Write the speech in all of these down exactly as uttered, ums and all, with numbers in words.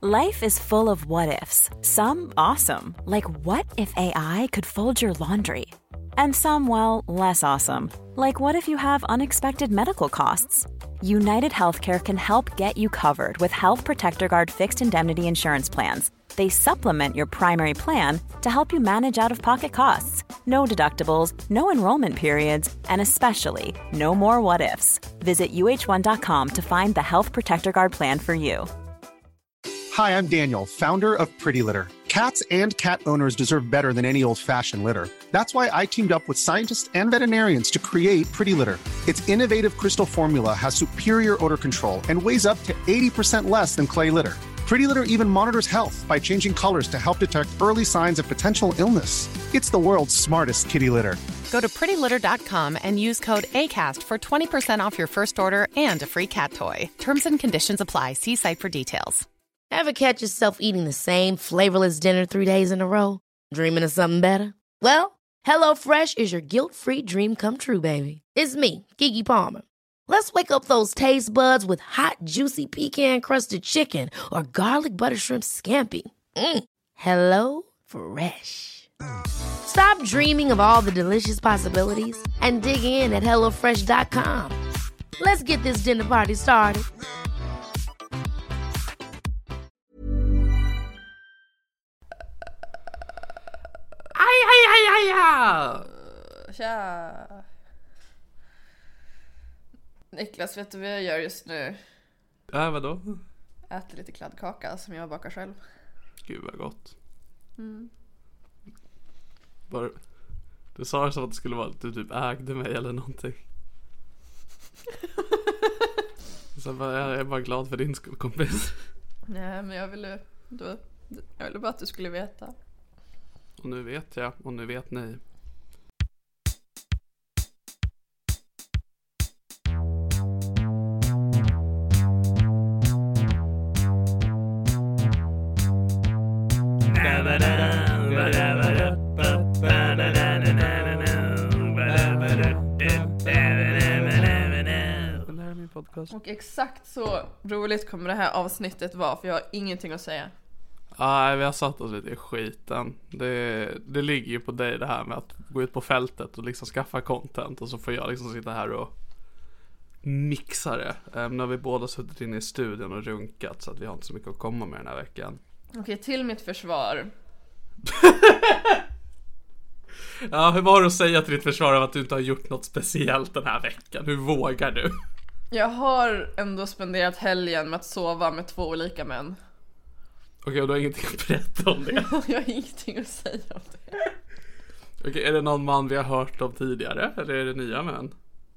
Life is full of what-ifs. Some awesome, like what if A I could fold your laundry? And some, well, less awesome, like what if you have unexpected medical costs? United Healthcare can help get you covered with Health Protector Guard fixed indemnity insurance plans. They supplement your primary plan to help you manage out-of-pocket costs. No deductibles, no enrollment periods, and especially no more what-ifs. Visit U H one dot com to find the Health Protector Guard plan for you. Hi, I'm Daniel, founder of Pretty Litter. Cats and cat owners deserve better than any old-fashioned litter. That's why I teamed up with scientists and veterinarians to create Pretty Litter. Its innovative crystal formula has superior odor control and weighs up to eighty percent less than clay litter. Pretty Litter even monitors health by changing colors to help detect early signs of potential illness. It's the world's smartest kitty litter. Go to pretty litter dot com and use code ACAST for twenty percent off your first order and a free cat toy. Terms and conditions apply. See site for details. Ever catch yourself eating the same flavorless dinner three days in a row? Dreaming of something better? Well, HelloFresh is your guilt-free dream come true, baby. It's me, Keke Palmer. Let's wake up those taste buds with hot, juicy pecan-crusted chicken or garlic butter shrimp scampi. Mm. Hello Fresh. Stop dreaming of all the delicious possibilities and dig in at hello fresh dot com. Let's get this dinner party started. Aj, aj, aj, aj, aj. Tja. Niklas, vet du vad jag gör just nu? Ja, vadå? Äter lite kladdkaka som jag bakar själv. Gud vad gott. Mm. Bara, du sa det som att det skulle vara att du typ ägde mig eller någonting. Så bara, jag är bara glad för din skull, kompis. Nej, men jag ville, då, jag ville bara att du skulle veta. Och nu vet jag, och nu vet ni. Och exakt så roligt kommer det här avsnittet vara, för jag har ingenting att säga. Nej, vi har satt oss lite i skiten. Det, det ligger ju på dig det här med att gå ut på fältet och liksom skaffa content. Och så får jag liksom sitta här och mixa det. Även när vi båda suttit inne i studion och runkat, så att vi har inte så mycket att komma med den här veckan. Okej, till mitt försvar. Ja, hur var det att säga till ditt försvar av att du inte har gjort något speciellt den här veckan? Hur vågar du? Jag har ändå spenderat helgen med att sova med två olika män. Okej, och du har ingenting att berätta om det? Jag har ingenting att säga om det. Okej, är det någon man vi har hört om tidigare? Eller är det nya män?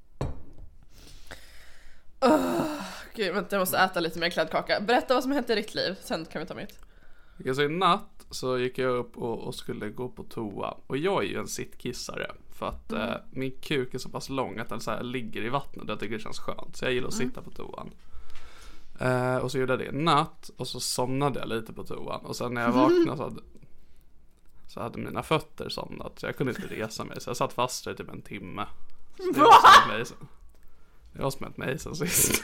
Oh, Gud, vänta, jag måste äta lite mer kladdkaka. Berätta vad som hände i ditt liv, sen kan vi ta mitt. Okej, så i natt så gick jag upp och, och skulle gå på toa. Och jag är ju en sittkissare. För att mm. eh, min kuk är så pass lång att den så här ligger i vattnet. Jag tycker det känns skönt. Så jag gillar att mm. sitta på toan. Uh, och så gjorde jag det natt. Och så somnade jag lite på toan. Och sen när jag vaknade så hade, så hade mina fötter somnat. Så jag kunde inte resa mig. Så jag satt fast där typ en timme. Så det var som mig sen. Det var som ett mig sen sist.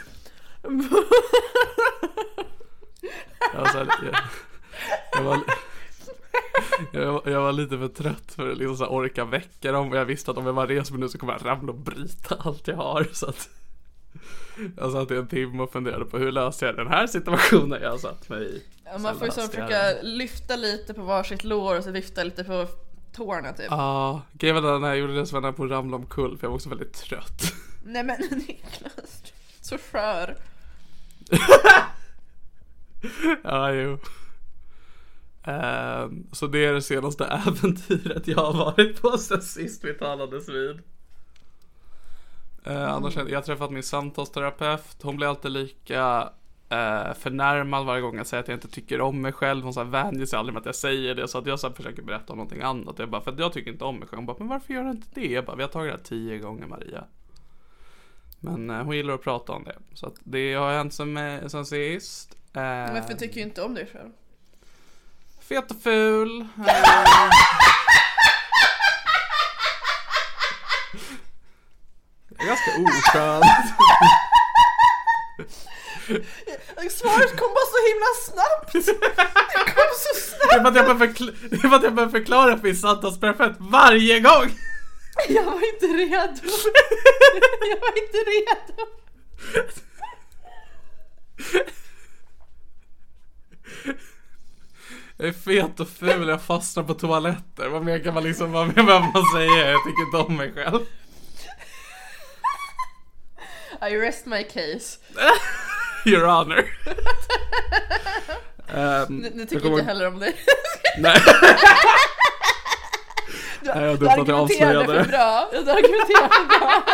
jag, var så här, jag, jag, var, jag, var, jag var lite för trött för att liksom så här orka väcka dem. Och jag visste att om jag var res mig nu så kommer jag ramla och bryta allt jag har. Så att jag satt i en timme och funderade på hur löser jag den här situationen jag satt mig i. Ja, man får ju så försöka lyfta lite på varsitt lår och så lyfta lite på tårna typ. Ja, ah, grejen var när jag gjorde det så var jag på att ramla omkull för jag var också väldigt trött. Nej men Niklas, så skör. Ja, jo. Um, så det är det senaste äventyret jag har varit på sen sist vi talades vid. Uh, mm. Annars jag har träffat min samtalsterapeut. Hon blir alltid lika uh, förnärmad varje gång jag säger att jag inte tycker om mig själv. Hon så här vänjer sig aldrig med att jag säger det. Så att jag så här försöker berätta om någonting annat. Jag bara, för att jag tycker inte om mig själv. Hon bara, men varför gör du inte det? Jag bara, vi har tagit det här tio gånger, Maria. Men uh, hon gillar att prata om det. Så att det har hänt sen, med, sen sist. uh, Men varför tycker du inte om dig själv? Fet och ful. uh, Det är ganska oskönt. Svaret kom bara så himla snabbt. Det kom så snabbt. Det är för att jag behöver förkla- det är för att jag behöver förklara för samtalsprofet varje gång. Jag var inte redo. Jag var inte redo. Jag är fet och ful, jag fastnar på toaletter. Vad mer kan man liksom, vad mer behöver man säga? Jag tycker inte om mig själv. I rest my case. Your honor. um, Nu, nu tycker jag inte heller om dig. Nej. Du, Nej, jag du dumt att jag argumenterade avslöjade. för bra. Du argumenterade för bra.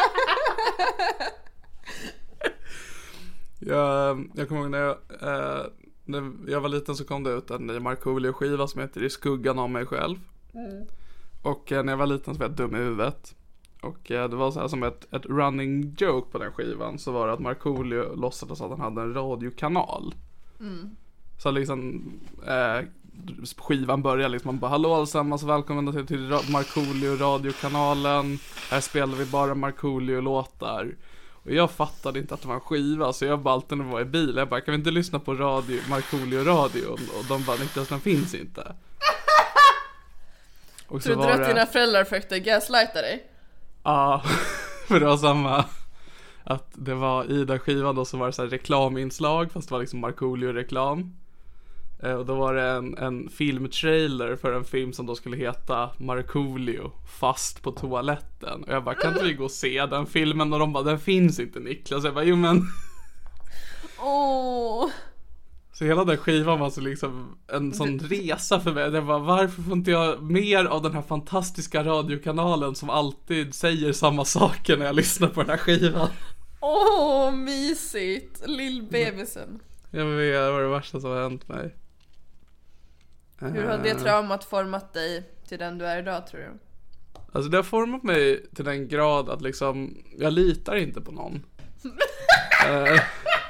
jag, jag kommer ihåg när jag, eh, när jag var liten så kom det ut en ny Markoolio-skiva som heter I skuggan av mig själv. Mm. Och eh, när jag var liten så var jag dum i huvudet. Och eh, det var så här som ett, ett running joke på den skivan. Så var det att Markoolio låtsades att han hade en radiokanal. Mm. Så liksom eh, skivan börjar liksom, man bara, hallå allesammans, välkomna till, till Markoolio radiokanalen. Här spelar vi bara Markoolio-låtar. Och jag fattade inte att det var en skiva, så jag bara alltid när jag var i bil, jag bara, kan vi inte lyssna på radio, Markoolio radio? Och de bara, Niklas, den finns inte. Och så Tror du att dina föräldrar försökte gaslighta dig? Ja, för det var samma, att det var i den skivan då så var det så här reklaminslag, fast det var liksom Markoolio-reklam. Och då var det en, en filmtrailer för en film som då skulle heta Markoolio fast på toaletten. Och jag bara, kan inte vi gå och se den filmen? Och de bara, den finns inte, Niklas. Jag bara, jo men... Oh. Så hela den skivan var så liksom en sån resa för mig. Jag bara, varför får inte jag mer av den här fantastiska radiokanalen som alltid säger samma saker när jag lyssnar på den här skivan? Åh, oh, mysigt. Lill-bebisen. Jag vet, det var det värsta som har hänt mig. Hur har det traumat format dig till den du är idag, tror du? Alltså det har format mig till den grad att liksom, jag litar inte på någon. uh,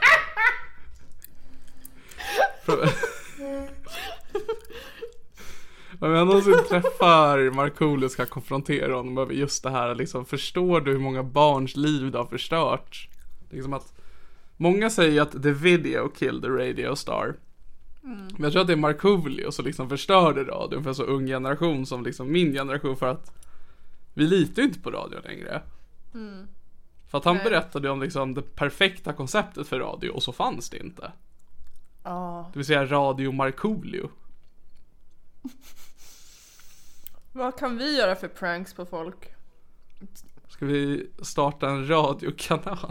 Om jag någonsin träffar Markoolio ska konfrontera honom över just det här liksom, förstår du hur många barns liv det har förstört? Liksom att många säger att the video killed the radio star. Mm. Men jag tror att det är Markoolio som liksom förstörde radion för en så ung generation som liksom min generation, för att vi litar ju inte på radio längre. Mm. För att han Nej. berättade om liksom det perfekta konceptet för radio, och så fanns det inte. Oh. Det vill säga radio Markoolio. Vad kan vi göra för pranks på folk? Ska vi starta en radiokanal?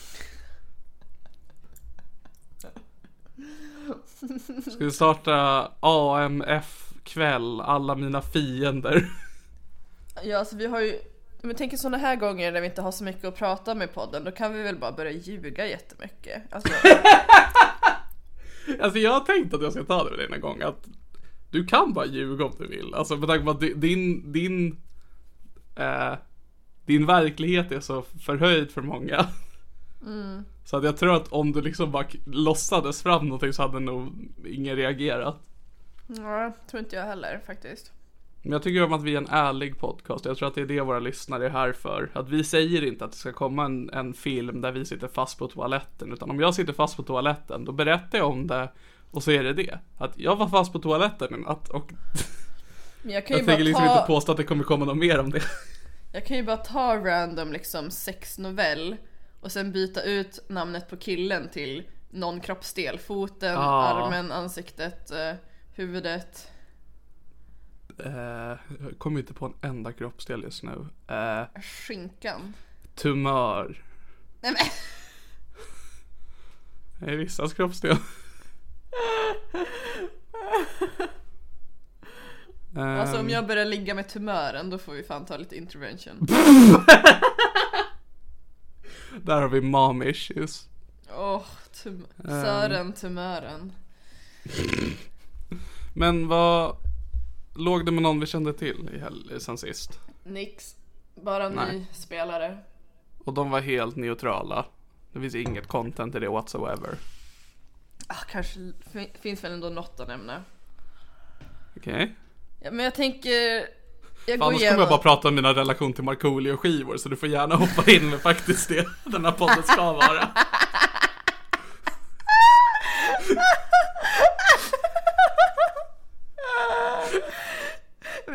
Ska vi starta A M F-kväll, alla mina fiender? Ja, alltså vi har ju, om vi tänker sådana här gånger när vi inte har så mycket att prata med podden, då kan vi väl bara börja ljuga jättemycket. Alltså, alltså jag har tänkt att jag ska ta det med dig en gång, att du kan bara ljuga om du vill. Alltså med tanke på att din din eh, din verklighet är så förhöjd för många. Mm. Så att jag tror att om du liksom bara lossades fram någonting så hade nog ingen reagerat. Ja, tror inte jag heller faktiskt. Men jag tycker om att vi är en ärlig podcast. Jag tror att det är det våra lyssnare är här för. Att vi säger inte att det ska komma en, en film där vi sitter fast på toaletten. Utan om jag sitter fast på toaletten, då berättar jag om det. Och så är det det. Att jag var fast på toaletten en natt. Och men jag kan ju jag bara tänker liksom ta... inte påstå att det kommer komma något mer om det. Jag kan ju bara ta random liksom sexnovell och sen byta ut namnet på killen till någon kroppsdel. Foten, ah. armen, ansiktet, uh, huvudet. Uh, jag kommer inte på en enda kroppsdel just nu. Uh, Skinkan. Tumör. Nej men. Det är vissas kroppsdel. Alltså om jag börjar ligga med tumören, då får vi fan ta lite intervention. Där har vi mom issues. Åh, oh, tum- Sören, tumören. Men vad låg det med någon vi kände till i hel- sen sist? Nix. Bara ny Nej. spelare. Och de var helt neutrala. Det finns inget content i det whatsoever. Ah, kanske f- finns väl ändå något att nämna. Okej. Okay. Ja, men jag tänker jag Fan, går igenom... kommer jag bara prata om mina relation till Markoolio och skivor, så du får gärna hoppa in med faktiskt det den här podden ska vara.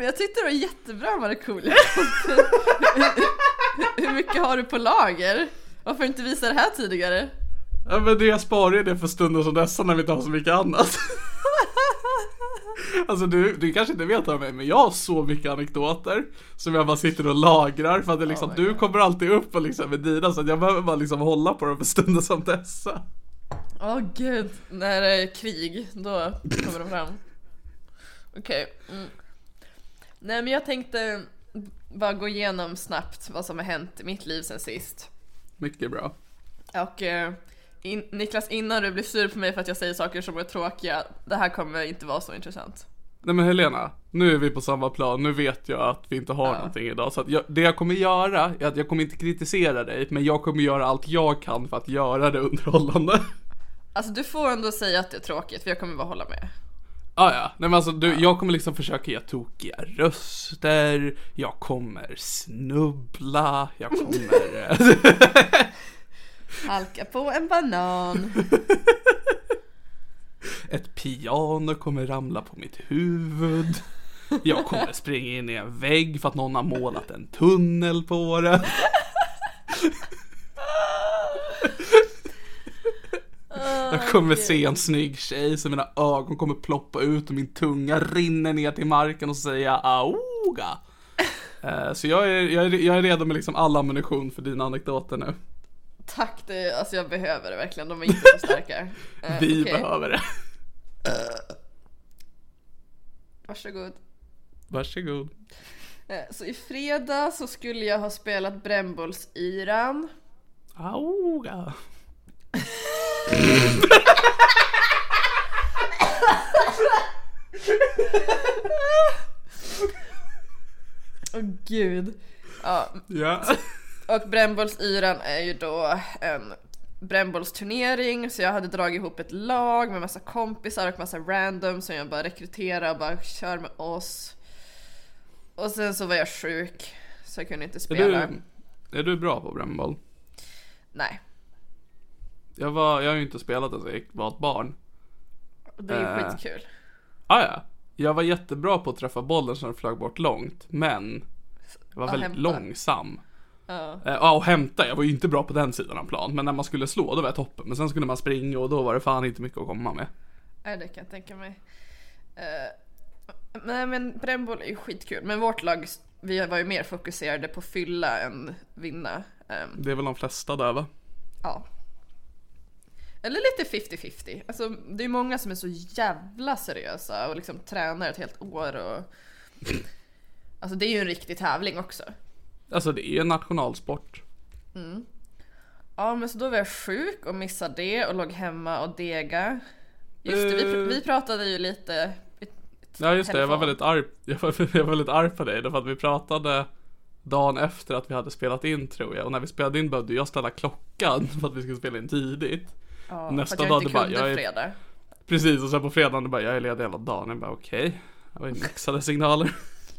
jag tyckte det var jättebra Markoolio. Hur mycket har du på lager? Varför inte visa det här tidigare? Ja, men det jag sparar det för stunder som dessa när vi inte har så mycket annat. Alltså du, du kanske inte vet av mig, men jag har så mycket anekdoter som jag bara sitter och lagrar för att det liksom, oh du God. kommer alltid upp och liksom med dina, så att jag behöver bara liksom hålla på dem för stunder som dessa. Åh oh, gud, när det är krig, då kommer de fram. Okej. Okay. Mm. Nej, men jag tänkte bara gå igenom snabbt vad som har hänt i mitt liv sen sist. Mycket bra. Och eh, in, Niklas, innan du blir sur på mig för att jag säger saker som är tråkiga, det här kommer inte vara så intressant. Nej men Helena, nu är vi på samma plan. Nu vet jag att vi inte har ja. någonting idag. Så att jag, det jag kommer göra är att jag kommer inte kritisera dig, men jag kommer göra allt jag kan för att göra det underhållande. Alltså du får ändå säga att det är tråkigt, för jag kommer bara hålla med. Ah, ja, nej men alltså du, ja. jag kommer liksom försöka ge tokiga röster. Jag kommer snubbla. Jag kommer halka på en banan. Ett piano kommer ramla på mitt huvud. Jag kommer springa in i en vägg för att någon har målat en tunnel på det. Jag kommer se en snygg tjej så mina ögon kommer ploppa ut och min tunga rinner ner till marken och säga auga. uh, Så jag är, jag, är, jag är redo med liksom all ammunition för dina anekdoter nu. Tack, det, alltså jag behöver det verkligen, de är inte så starka. uh, Vi okay. behöver det. uh, Varsågod. Varsågod. uh, Så i fredag så skulle jag ha spelat brännbollsyran. Auga. Åh oh, gud. Ja. Ja. Och brännbollsyran är ju då en brännbollsturnering, så jag hade dragit ihop ett lag med massa kompisar och massa random som jag bara rekryterade och bara kör med oss. Och sen så var jag sjuk så jag kunde inte spela. Är du, är du bra på brännboll? Nej. Jag, var, jag har ju inte spelat ens jag var ett barn. Det är ju eh, skitkul. Ah, ja. Jag var jättebra på att träffa bollen som flög bort långt. Men jag var och väldigt hämta. långsam. Ja. Ja, eh, och hämta. Jag var ju inte bra på den sidan av plan. Men när man skulle slå, då var jag toppen. Men sen skulle man springa och då var det fan inte mycket att komma med. Ja, det kan jag tänka mig. uh, Nej, men brännboll är ju skitkul. Men vårt lag, vi var ju mer fokuserade på fylla än vinna. um, Det är väl de flesta där, va? Ja. Eller lite fifty fifty. Alltså det är många som är så jävla seriösa och liksom tränar ett helt år och alltså det är ju en riktig tävling också. Alltså det är en nationalsport. Mm. Ja, men så då var jag sjuk och missade det och låg hemma och dega. Just det, vi, vi pratade ju lite i, i Ja just det, jag var telefon. väldigt arg jag var, jag var väldigt arg på dig för att vi pratade dagen efter att vi hade spelat in, tror jag. Och när vi spelade in behövde jag ställa klockan för att vi skulle spela in tidigt. Ja, nästa för att dag jag det inte bara jag är, fredag. precis, och sen på fredagen det bara jag är ledig hela dagen. Jag bara okej. Okay. Det var mixade signaler.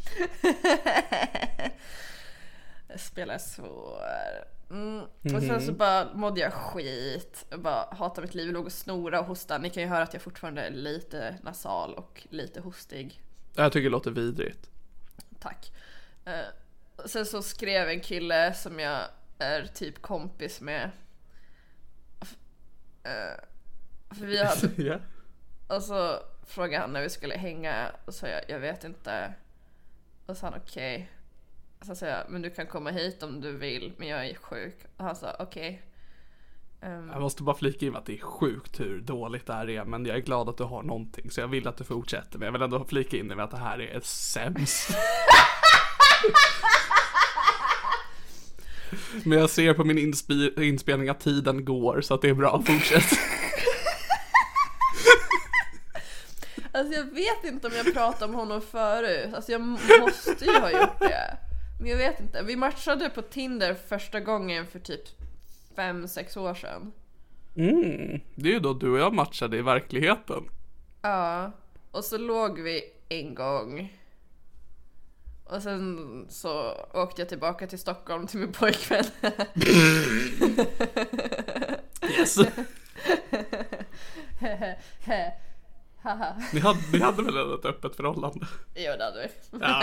Jag spelar svår. Mm. Mm-hmm. Och sen så bara mådde jag skit. Jag bara hatade mitt liv. Jag låg och snora och hosta. Ni kan ju höra att jag fortfarande är lite nasal och lite hostig. Jag tycker det låter vidrigt. Tack. uh, Sen så skrev en kille som jag är typ kompis med. Uh, för vi hade yeah. Och så frågade han när vi skulle hänga. Och så jag, jag vet inte. Och så han okej okay. Så sa jag, men du kan komma hit om du vill, men jag är sjuk. Och han sa okej. Okay. um, Jag måste bara flika in att det är sjukt hur dåligt det här är. Men jag är glad att du har någonting, så jag vill att du fortsätter. Men jag vill ändå flika in med att det här är sämst. Men jag ser på min insp- inspelning att tiden går, så att det är bra, fortsätt. Alltså jag vet inte om jag pratade om honom förut. Alltså jag måste ju ha gjort det. Men jag vet inte. Vi matchade på Tinder första gången för typ fem, sex år sedan. Mm, det är ju då du och jag matchade i verkligheten. Ja. Och så låg vi en gång. Och sen så åkte jag tillbaka till Stockholm till min pojkvän. Yes. Ni hade, ni hade väl ett öppet förhållande? Jo, det hade vi. Ja,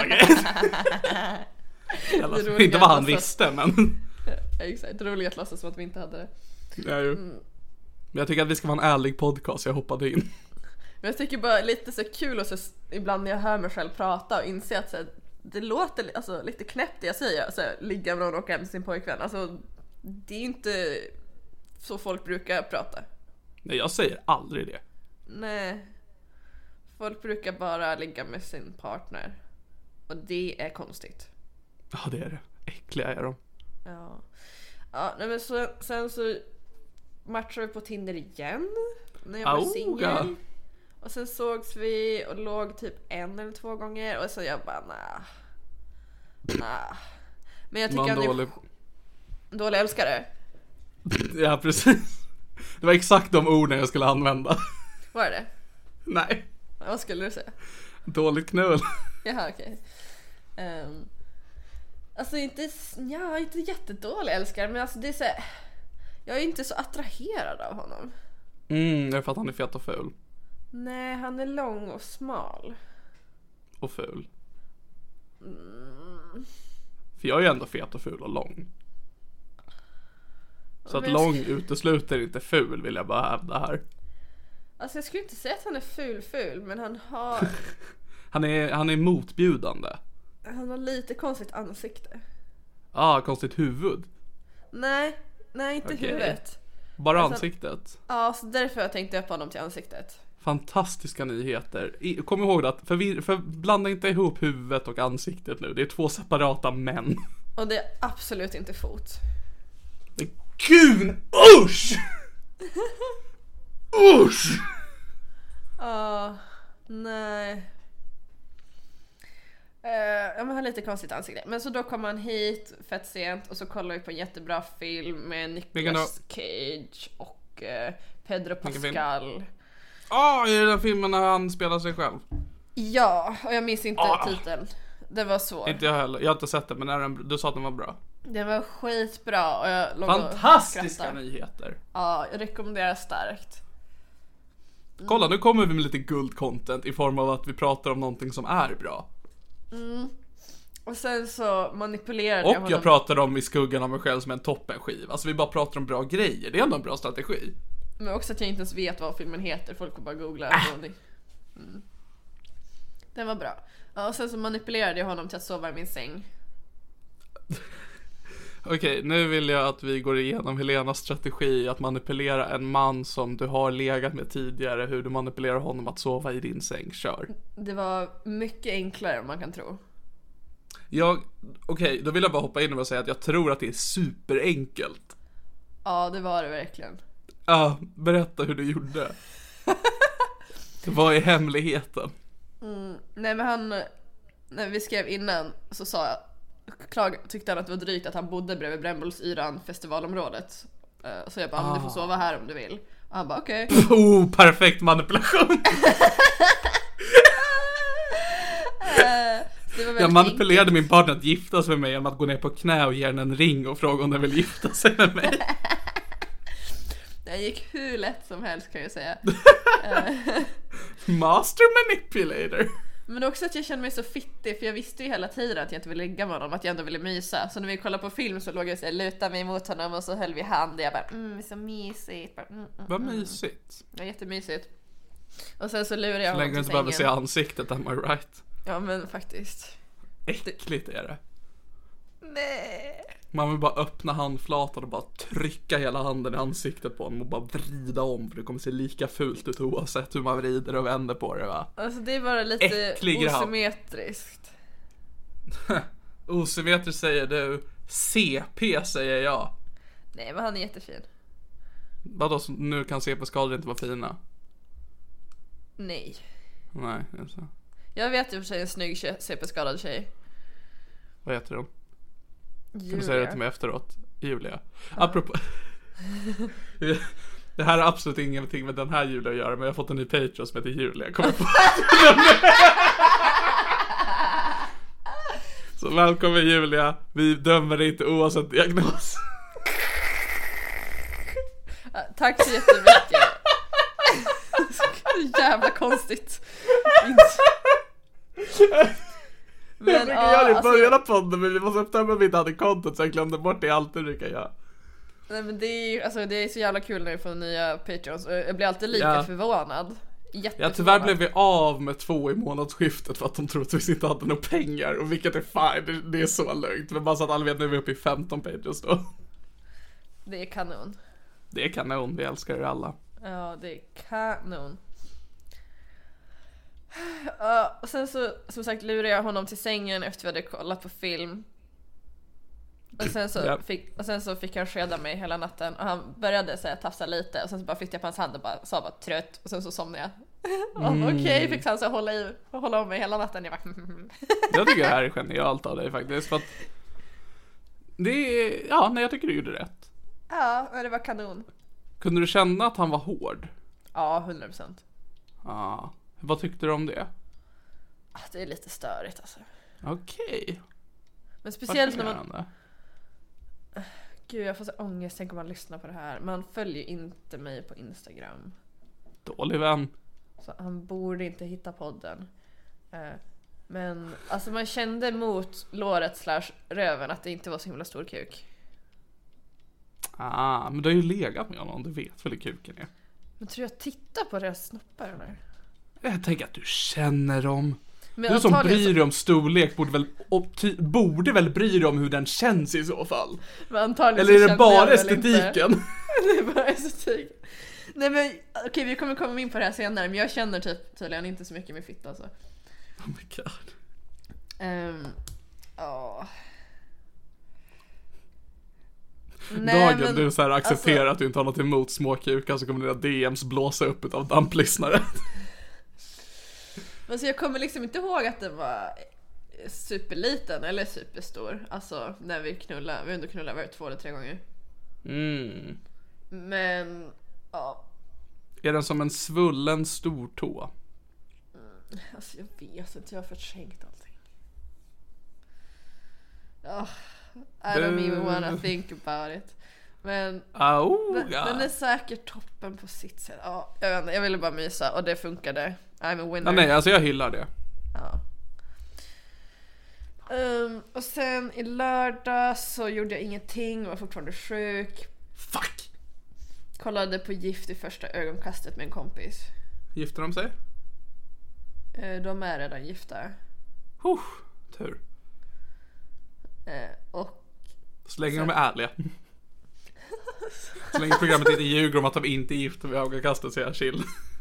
okej. Okay. Inte vad han visste, men... Ja, exakt, det är roligt att låtsas som att vi inte hade det. Ja, ju. Mm. Men jag tycker att vi ska vara en ärlig podcast, så jag hoppade in. Men jag tycker bara lite så kul och så ibland när jag hör mig själv prata och inser att så här, det låter alltså, lite knäppt det jag säger, alltså, ligga med någon och hem med sin pojkvän. Alltså, det är inte så folk brukar prata. Nej, jag säger aldrig det. Nej. Folk brukar bara ligga med sin partner. Och det är konstigt. Ja, det är det. Äckliga är de. Ja. Ja, nej, men så, sen så matchade vi på Tinder igen när jag var oh, singel. Och sen sågs vi och låg typ en eller två gånger. Och så jag bara, nah. Nah. Men jag tycker han är dålig... dålig älskare. Ja, precis. Det var exakt de orden jag skulle använda. Var det? Nej. Vad skulle du säga? Dåligt knull. Jaha, okej. Okay. Um, alltså inte, ja, inte jättedålig älskare. Men alltså det är så här, jag är inte så attraherad av honom. Mm, det är för att han är fet och ful. Nej, han är lång och smal. Och ful. Mm. För jag är ju ändå fet och ful och lång. Så men att lång ska... utesluter inte ful, vill jag bara hävda här. Alltså jag skulle inte säga att han är ful ful, men han har... han, är, han är motbjudande. Han har lite konstigt ansikte. Ah, konstigt huvud. Nej, nej inte okay. Huvudet. Bara alltså, ansiktet. Ja, så därför jag tänkte upp honom till ansiktet. Fantastiska nyheter. Kom ihåg att för, vi, för blanda inte ihop huvudet och ansiktet nu. Det är två separata män. Och det är absolut inte fot. Gud, usch! Usch! Ja, uh, nej. Uh, ja, men han har lite konstigt ansikte. Men så då kom han hit fett sent och så kollade vi på en jättebra film med Nicolas Cage och uh, Pedro Pascal. Ja, oh, i den filmen när han spelar sig själv. Ja, och jag minns inte oh. titeln. Det var så. Inte jag heller. Jag har inte sett det, men är den, du sa att den var bra. Den var skitbra och jag låg fantastiska nyheter. Ja, jag rekommenderar starkt. Mm. Kolla, nu kommer vi med lite guldcontent i form av att vi pratar om någonting som är bra. Mm. Och sen så manipulerade och jag honom. Jag pratar om I skuggan av mig själv som en toppenskiv. Alltså vi bara pratar om bra grejer. Det är ändå en bra strategi. Men också att jag inte ens vet vad filmen heter. Folk får bara googla. Äh. Mm. Den var bra. Ja, och sen så manipulerade jag honom till att sova i min säng. Okej, okay, nu vill jag att vi går igenom Helenas strategi att manipulera en man som du har legat med tidigare. Hur du manipulerar honom att sova i din säng. Kör. Det var mycket enklare än man kan tro. Jag, okej, okay, då vill jag bara hoppa in och säga att jag tror att det är superenkelt. Ja, det var det verkligen. Ja, berätta hur du gjorde. Vad är hemligheten? Mm, nej men han, när vi skrev innan så sa jag, klag, tyckte han att det var drygt att han bodde bredvid Brännbollsyran festivalområdet. uh, Så jag bara, ah. du får sova här om du vill. Och han bara, okej. Okay. Oh, perfekt manipulation. uh, Jag manipulerade enkelt. Min partner att gifta sig med mig genom att gå ner på knä och ge henne en ring och fråga om den vill gifta sig med mig. Det gick hur lätt som helst kan jag säga. Master manipulator. Men också att jag kände mig så fittig. För jag visste ju hela tiden att jag inte ville ligga med honom. Att jag ändå ville mysa. Så när vi kollade på film så låg jag så lutade mig mot honom. Och så höll vi hand och jag bara, mm, så mysigt. Bara, mm, mm, vad mysigt. Ja, jättemysigt. Och sen så lurade jag honom. Så länge du inte behöver se ansiktet, am I right? Ja men faktiskt. Äckligt är det. Nej. Man vill bara öppna handflatan och bara trycka hela handen i ansiktet på honom och bara vrida om, för det kommer se lika fult ut oavsett hur man vrider och vänder på det, va? Alltså det är bara lite äcklig osymmetriskt. Osymmetriskt säger du. C P säger jag. Nej men han är jättefin. Vadå, nu kan C P-skador inte vara fina? Nej. Nej, det är så. Jag vet ju för sig en snygg C P-skadad tjej. Vad heter hon? Julia. Kan du säga det till mig efteråt? Julia. Ja. Apropå... Det här har absolut ingenting med den här Julia att göra, men jag har fått en ny Patreon som heter Julia. Kommer på. Så välkommen Julia. Vi dömer dig inte oavsett diagnos. Tack så jättemycket. Jävla konstigt. Men, jag brukar ja, göra det i början av podden, men vi måste upptämma om vi inte hade content, så jag glömde bort det alltid brukar jag. Nej men det är, alltså, det är så jävla kul när vi får nya Patreons. Jag blir alltid lika ja. förvånad. Ja, tyvärr blev vi av med två i månadsskiftet för att de trodde att vi inte hade några pengar. Och vilket är fine, det, det är så lugnt. Men bara så att alla vet, nu är vi uppe i femton Patreons då. Det är kanon. Det är kanon, vi älskar er alla. Ja, det är kanon. Uh, och sen så, som sagt, lurade jag honom till sängen efter vi hade kollat på film. Och sen så, ja. fick, och sen så fick han skeda mig hela natten. Och han började så här, tafsa lite. Och sen så bara fick jag på hans hand och bara, sa bara trött. Och sen så somnade jag. Mm. Okej, okay, fick han så hålla, i, hålla om mig hela natten. Jag, bara, jag tycker det här är genialt av dig faktiskt. För att det är, ja, nej, jag tycker du gjorde rätt. Ja, det var kanon. Kunde du känna att han var hård? Ja, hundra procent. Ja, vad tyckte du om det? Det är lite störigt alltså. Okej. Okay. Men speciellt när man... Gud, jag får så ångest. Tänk om man lyssnar på det här. Man följer inte mig på Instagram. Dålig vän. Så han borde inte hitta podden. Men alltså man kände mot låret slash röven att det inte var så himla stor kuk. Ah, men du har ju legat med honom. Du vet väl hur kuken är. Men tror jag tittar på deras snoppar eller? Jag tänker att du känner dem. Men du som bryr dig om storlek borde väl, borde väl bry dig om hur den känns i så fall. Eller är det bara estetiken? Det är bara estetiken. Nej men okej, okay, vi kommer komma in på det här senare. Men jag känner typ tydligen inte så mycket med fitta alltså. Oh my god. um, oh. Nej, dagen men, du så här accepterar alltså, att du inte har något emot småkukar, så kommer dina D Ms blåsa upp av damplyssnare. Men så jag kommer liksom inte ihåg att det var superliten eller superstor. Alltså när vi knullade, vi ändå knullade var två eller tre gånger. Mm. Men ja. Är den som en svullen stor tå? Mm, alltså jag vet inte, jag har förträngt allting. Oh, I don't even wanna think about it. Men oh, den, den är säkert toppen på sitt sätt. Ja, jag vet inte, jag ville bara mysa och det funkade. I'm a winner. Ja, nej, alltså jag hyllar det. Ja. Um, och sen i lördag så gjorde jag ingenting och var fortfarande sjuk. Fuck! Kollade på Gift i första ögonkastet med en kompis. Gifter de sig? Uh, de är redan gifta. Huh, tur. Uh, och så länge sen... de är ärliga. Så länge programmet inte ljuger om att de inte är gifta vid ögonkastet så är jag chill.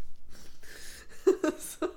Så...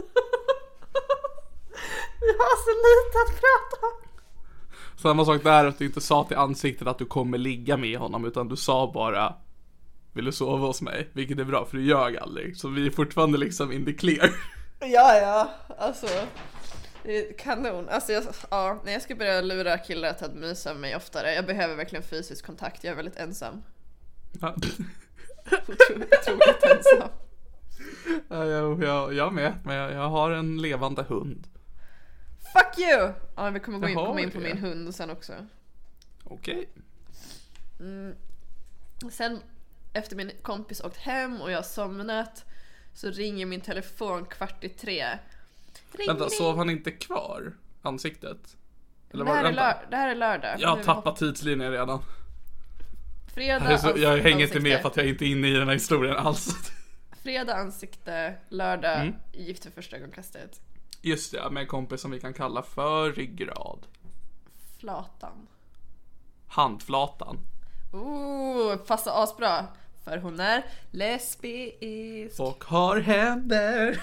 Vi har så lite att prata om. Samma sak där, att du inte sa till ansiktet att du kommer ligga med honom, utan du sa bara, vill du sova hos mig? Vilket är bra, för du ljög aldrig. Så vi är fortfarande liksom in the clear. Ja, ja, alltså det är kanon. Alltså jag, ja, när jag ska börja lura killar att att mysa med mig oftare. Jag behöver verkligen fysisk kontakt, jag är väldigt ensam. Ja. Otroligt, otroligt ensam. Ja, jag, jag, jag med, men jag, jag har en levande hund. Fuck you! Ja, vi kommer gå in, komma in på det. min hund sen också. Okej. Okay. Mm. Sen efter min kompis åkt hem och jag har somnat så ringer min telefon kvart i tre. Ring, vänta, ring. sov han inte kvar ansiktet? Eller det, här var, är lör- det här är lördag. Jag har tappat tidslinjen redan. Fredag så, jag hänger ansikte. inte med för att jag är inte inne i den här historien alls. Fredag ansikte, lördag mm. Gift för första ögonkastet. Just det, med en kompis som vi kan kalla för ryggrad. Flatan. Handflatan. Oh, passar asbra. För hon är lesbisk. Och har händer.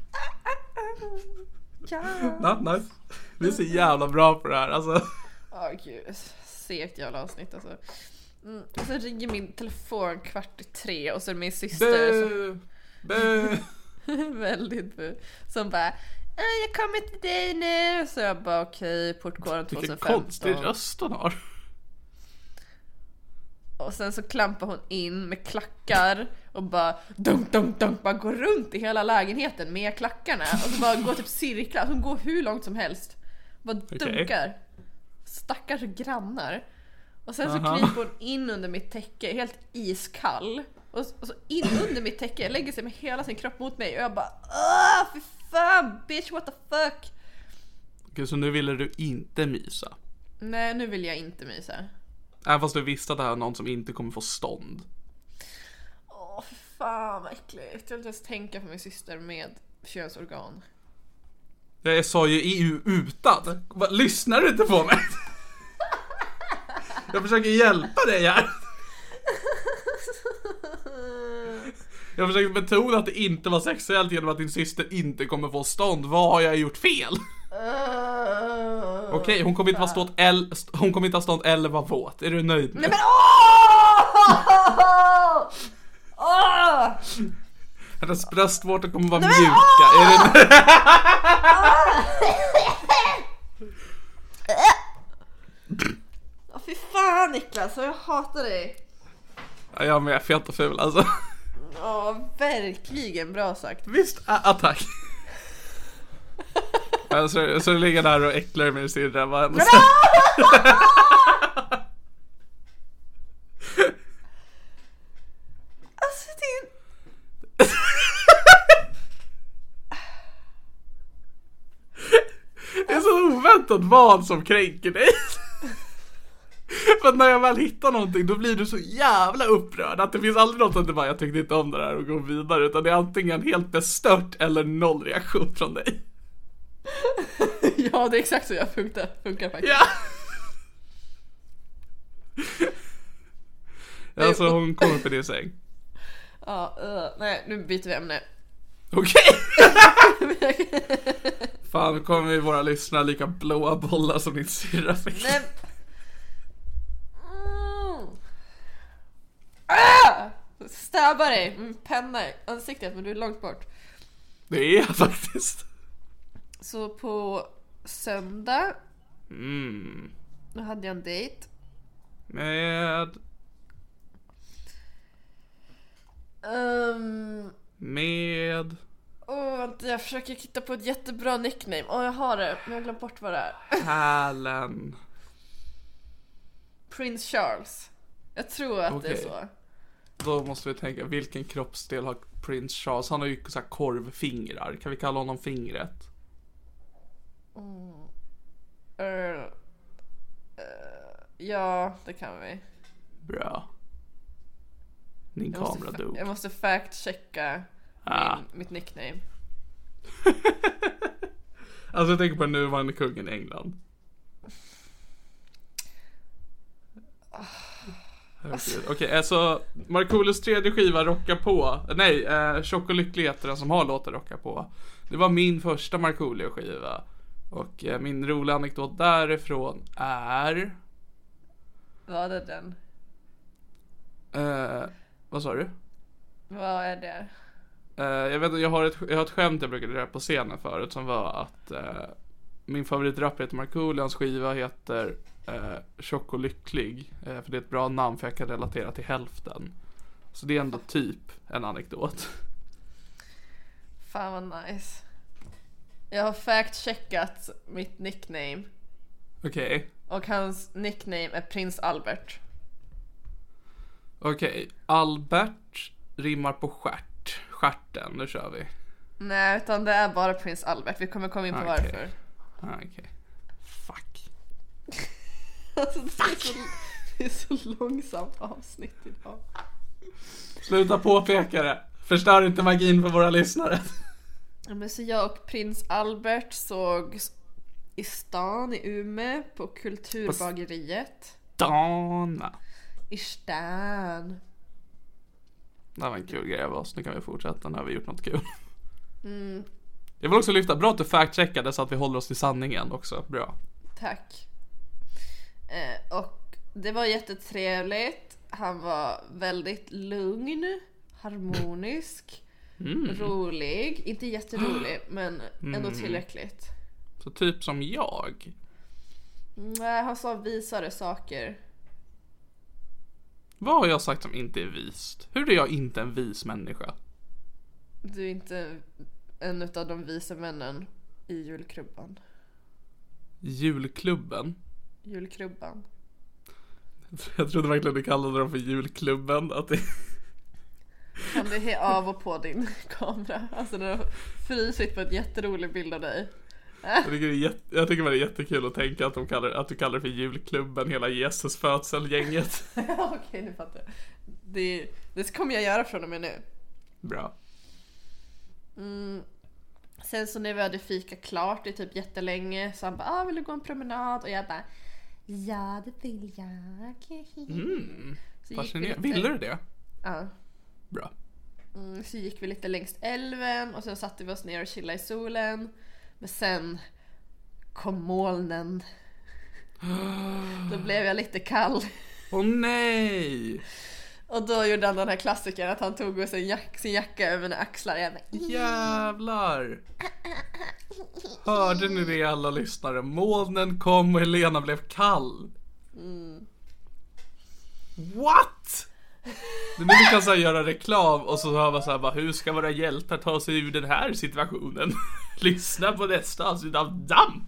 Ja. No, nice. Vi är så jävla bra på det här alltså. Åh oh, gud, segt jävla avsnitt alltså. Mm. Och sen ringer min telefon kvart i tre och så är det min syster bö, bö. som... väldigt bö. Som bara, jag kommer till dig nu. Så jag bara okej, okay, portgården tjugohundrafemton. Vilken konstig röst hon har. Och sen så klampar hon in med klackar och bara dunk, dunk, dunk, bara går runt i hela lägenheten med klackarna och så bara går typ cirklar, hon går hur långt som helst. Bara okay. dunkar. Stackars grannar. Och sen så Aha. kryper hon in under mitt täcke helt iskall Och, och så in under mitt täcke lägger sig med hela sin kropp mot mig. Och jag bara, åh, för fan, bitch, what the fuck. Okej, så nu ville du inte mysa? Nej, nu vill jag inte mysa. Även fast du visste att det här är någon som inte kommer få stånd. Åh, för fan vad äckligt. Jag vill inte ens tänka på min syster med könsorgan. Jag sa ju E U utan. Lyssnar du inte på mig? Jag försöker hjälpa dig här. Jag försöker betona att det inte var sexuellt genom att din syster inte kommer få stånd. Vad har jag gjort fel? Okej, okay, hon kommer inte ha stått el- hon kommer inte ha stånd eller vara våt. Är du nöjd med? Nej men åh! Åh! Hennes bröstvårtor kommer vara Nej, mjuka. Är det Åh, fy fan Niklas, jag hatar dig. Ja, jag med, fet och ful alltså. Ja, verkligen bra sagt. Visst, ah, tack. Så, så du ligger där och äcklar med syrra. Vad hände sen? Alltså det... Det är så oväntat vad som kränker dig. För att när jag väl hittar någonting, då blir du så jävla upprörd att det finns aldrig något att det bara, jag tyckte inte om det här och går vidare, utan det är antingen helt bestört eller noll reaktion från dig. Ja, det är exakt så jag funkar, funkar faktiskt. Ja. Alltså hon kommer på din säng. Ja, uh, nej, nu byter vi ämne. Okej. Okay. Fan, nu kommer vi våra lyssnare lika blåa bollar som din syrra fick. Nej. Mm. Ah! Stabbar dig med penna i ansiktet, men du är långt bort. Det är jag faktiskt. Så på söndag mm. då hade jag en dejt med um... med Åh, vänta, jag försöker hitta på ett jättebra nickname. Åh, jag har det, men jag har glömt bort vad det är. Helen. Prince Charles. Jag tror att okay. det är så. Då måste vi tänka, vilken kroppsdel har Prince Charles? Han har ju så här korvfingrar. Kan vi kalla honom fingret? Mm. Uh, uh, ja, det kan vi. Bra. Din jag kamera måste, dog. Jag måste fact-checka ah. min, mitt nickname. Alltså jag tänker på den nuvarande kungen i England. Okej, okay, alltså Markoolios tredje skiva Rocka på. Nej, eh, Tjock och lycklig heter den som har låten Rocka på. Det var min första Markoolio skiva. Och eh, min roliga anekdot därifrån är... Vad är den? Eh, vad sa du? Vad är det? Eh, jag vet jag har ett jag har ett skämt jag brukade dra på scenen förut som var att eh, min favoritrapp heter Markoolio, hans skiva heter eh, Tjock och lycklig, eh, för det är ett bra namn för jag kan relatera till hälften. Så det är ändå typ en anekdot. Fan vad nice. Jag har fact-checkat mitt nickname. Okej. Okay. Och hans nickname är Prins Albert. Okej, okay. Albert rimmar på stjärt. Stjärten, nu kör vi. Nej, utan det är bara Prins Albert. Vi kommer komma in på okay. varför. Okej. Okay. Fuck. Alltså, det, Fuck. Är så, det är så långsamt avsnitt idag. Sluta påpeka det. Förstör inte magin för våra lyssnare. Ja, men så jag och Prins Albert såg i stan i Umeå på Kulturbageriet. Dana. I stan. Det var en kul grej av oss. Nu kan vi fortsätta när vi gjort något kul. Mm. Jag vill också lyfta, bra att du fact-checkade så att vi håller oss till sanningen också. Bra. Tack. Eh, och det var jättetrevligt. Han var väldigt lugn, harmonisk, mm. rolig. Inte jätterolig, men ändå tillräckligt. Så typ som jag? Nej, han sa visare saker. Vad har jag sagt som inte är vist? Hur är jag inte en vis människa? Du är inte en av de visa männen i julklubban. Julklubben? Julklubban. Jag trodde verkligen du kallade dem för julklubben. Att det... Kan du he av och på din kamera? Alltså den har frysit på en jätterolig bild av dig. Jag tycker, det är jätte, jag tycker det är jättekul att tänka att, de kallar, att du kallar det för julklubben, hela Jesus födsel-gänget. Ja, okej, nu fattar jag. Det, det kommer jag göra från och med nu. Bra. Mm. Sen så när vi hade fika klart, det är typ jättelänge, så han bara, ah, vill du gå en promenad? Och jag bara, ja, det vill jag. Mm. Fascinerande. Ville du det? Ja. Bra. Mm, så gick vi lite längs älven och sen satte vi oss ner och chillade i solen. Men sen kom molnen. Då blev jag lite kall. Åh oh, nej! Och då gjorde han den här klassikern att han tog sin, jack, sin jacka över mina axlar. Jag bara, jävlar! Hörde ni det alla lyssnare? Molnen kom och Helena blev kall. Mm. What? Det är nu vi kan så här göra reklam och så hör man så här bara, hur ska våra hjältar ta sig ur den här situationen? Lyssna på nästa avsnitt av Damp.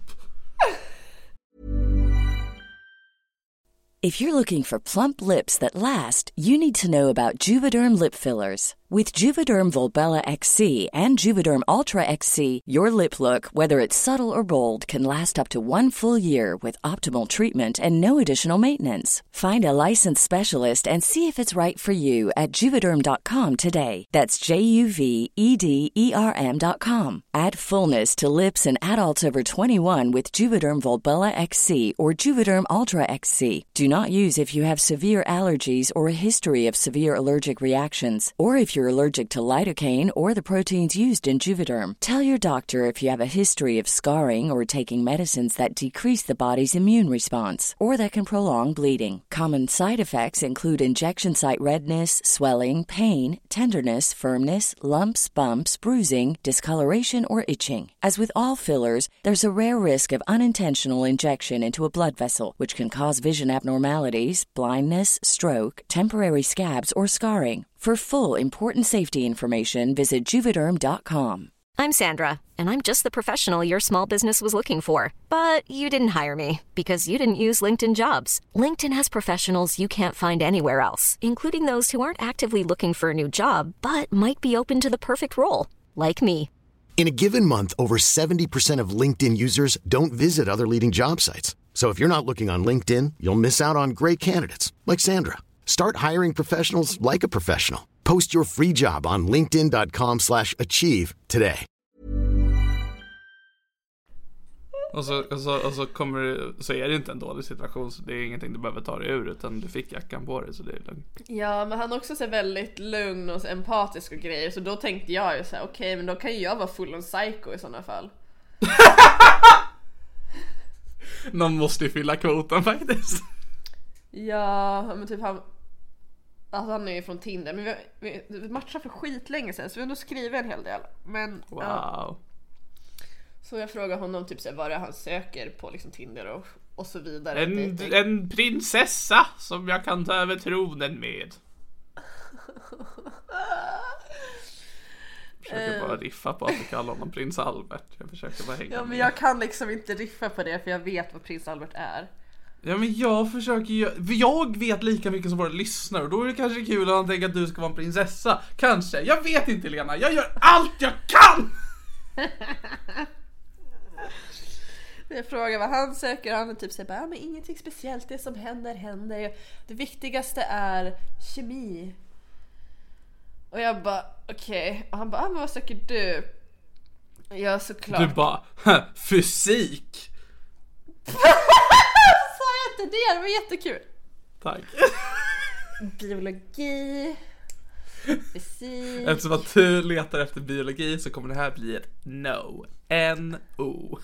If you're looking for plump lips that last, you need to know about Juvederm lip fillers. With Juvederm Volbella X C and Juvederm Ultra X C, your lip look, whether it's subtle or bold, can last up to one full year with optimal treatment and no additional maintenance. Find a licensed specialist and see if it's right for you at Juvederm dot com today. That's J U V E D E R M dot com. Add fullness to lips in adults over twenty-one with Juvederm Volbella X C or Juvederm Ultra X C. Do not use if you have severe allergies or a history of severe allergic reactions, or if you're allergic to lidocaine or the proteins used in Juvederm. Tell your doctor if you have a history of scarring or taking medicines that decrease the body's immune response or that can prolong bleeding. Common side effects include injection site redness, swelling, pain, tenderness, firmness, lumps, bumps, bruising, discoloration, or itching. As with all fillers, there's a rare risk of unintentional injection into a blood vessel, which can cause vision abnormalities, blindness, stroke, temporary scabs, or scarring. For full, important safety information, visit Juvederm dot com. I'm Sandra, and I'm just the professional your small business was looking for. But you didn't hire me, because you didn't use LinkedIn Jobs. LinkedIn has professionals you can't find anywhere else, including those who aren't actively looking for a new job, but might be open to the perfect role, like me. In a given month, over seventy percent of LinkedIn users don't visit other leading job sites. So if you're not looking on LinkedIn, you'll miss out on great candidates, like Sandra. Start hiring professionals like a professional. Post your free job on linkedin dot com slash achieve today. Och så, och så, och så, kommer det, så är det inte en dålig situation, så det är ingenting du behöver ta dig ur, utan du fick jackan på dig, så det är lugnt. Ja, men han också är väldigt lugn och empatisk och grejer, så då tänkte jag ju så här, okej, okay, men då kan ju jag vara full on psycho i sådana fall. Någon måste ju fylla kvoten faktiskt. Ja, men typ han, alltså han är ju från Tinder, men vi, vi, vi matchade för skitlänge sedan, så vi har ändå skrivit en hel del. Men, wow. Ja. Så jag frågar honom typ så här, vad det är han söker på liksom Tinder och, och så vidare. En, en prinsessa som jag kan ta över tronen med. Jag försöker bara riffa på att du kallar honom prins Albert. Jag försöker bara hänga Ja, men med. jag kan liksom inte riffa på det, för jag vet vad prins Albert är. Ja, men jag försöker ju, jag vet lika mycket som våra lyssnare, och då är det kanske kul att han tänker att du ska vara en prinsessa. Kanske, jag vet inte, Lena. Jag gör allt jag kan! Jag frågar vad han söker, han är typ säger bara, men ingenting speciellt, det som händer händer. Det viktigaste är kemi. Och jag bara, okej. Okay. Och han bara, ah, men vad söker du? Ja, såklart. Du bara, fysik. Sa jag inte det? Det var jättekul. Tack. Biologi. Fysik. Eftersom att du letar efter biologi så kommer det här bli ett no. N-O.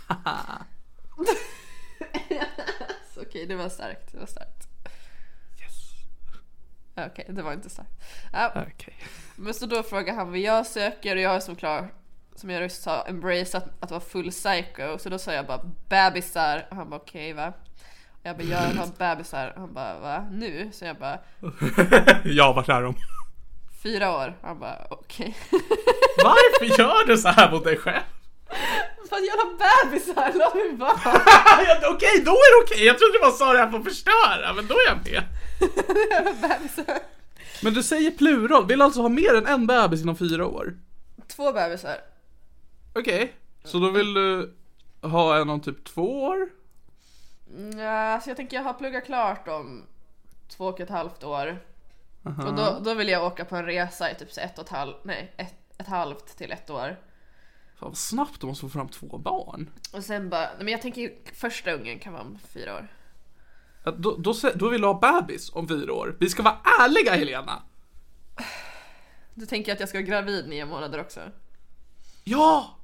Okej, okay, det var starkt. Det var starkt. Yes. Okej, okay, det var inte starkt. Ja. Okej. Okay. Men så då frågar han vad jag söker, och jag är som klar, som jag just sa, embrace att, att vara full psycho. Så då sa jag bara bebisar, och han bara okej, okay, va? Och jag bara, jag har bebisar, och han bara, va? Nu? Så jag bara ja, vart är de? Fyra år. Han bara, okej. Okay. Varför gör du så här mot dig själv? För att jag har bebisar, låt mig bara. Ja, okej, okay, då är det okej. Okay. Jag trodde du bara sa det här för att förstöra, men då är jag med. Jag har bebisar. Men du säger plural, vill alltså ha mer än en bebis inom fyra år? Två bebisar. Okej, okay. Så då vill du ha en om typ två år? Ja, så jag tänker jag har pluggat klart om två och ett halvt år. Uh-huh. Och då, då vill jag åka på en resa i typ så ett och ett halvt, nej, ett, ett halvt till ett år. Fan vad snabbt du måste få fram två barn. Och sen bara, men jag tänker första ungen kan vara om fyra år. Ja, då, då, då vill du ha bebis om fyra år. Vi ska vara ärliga, Helena. Du tänker att jag ska vara gravid nio månader också? Ja!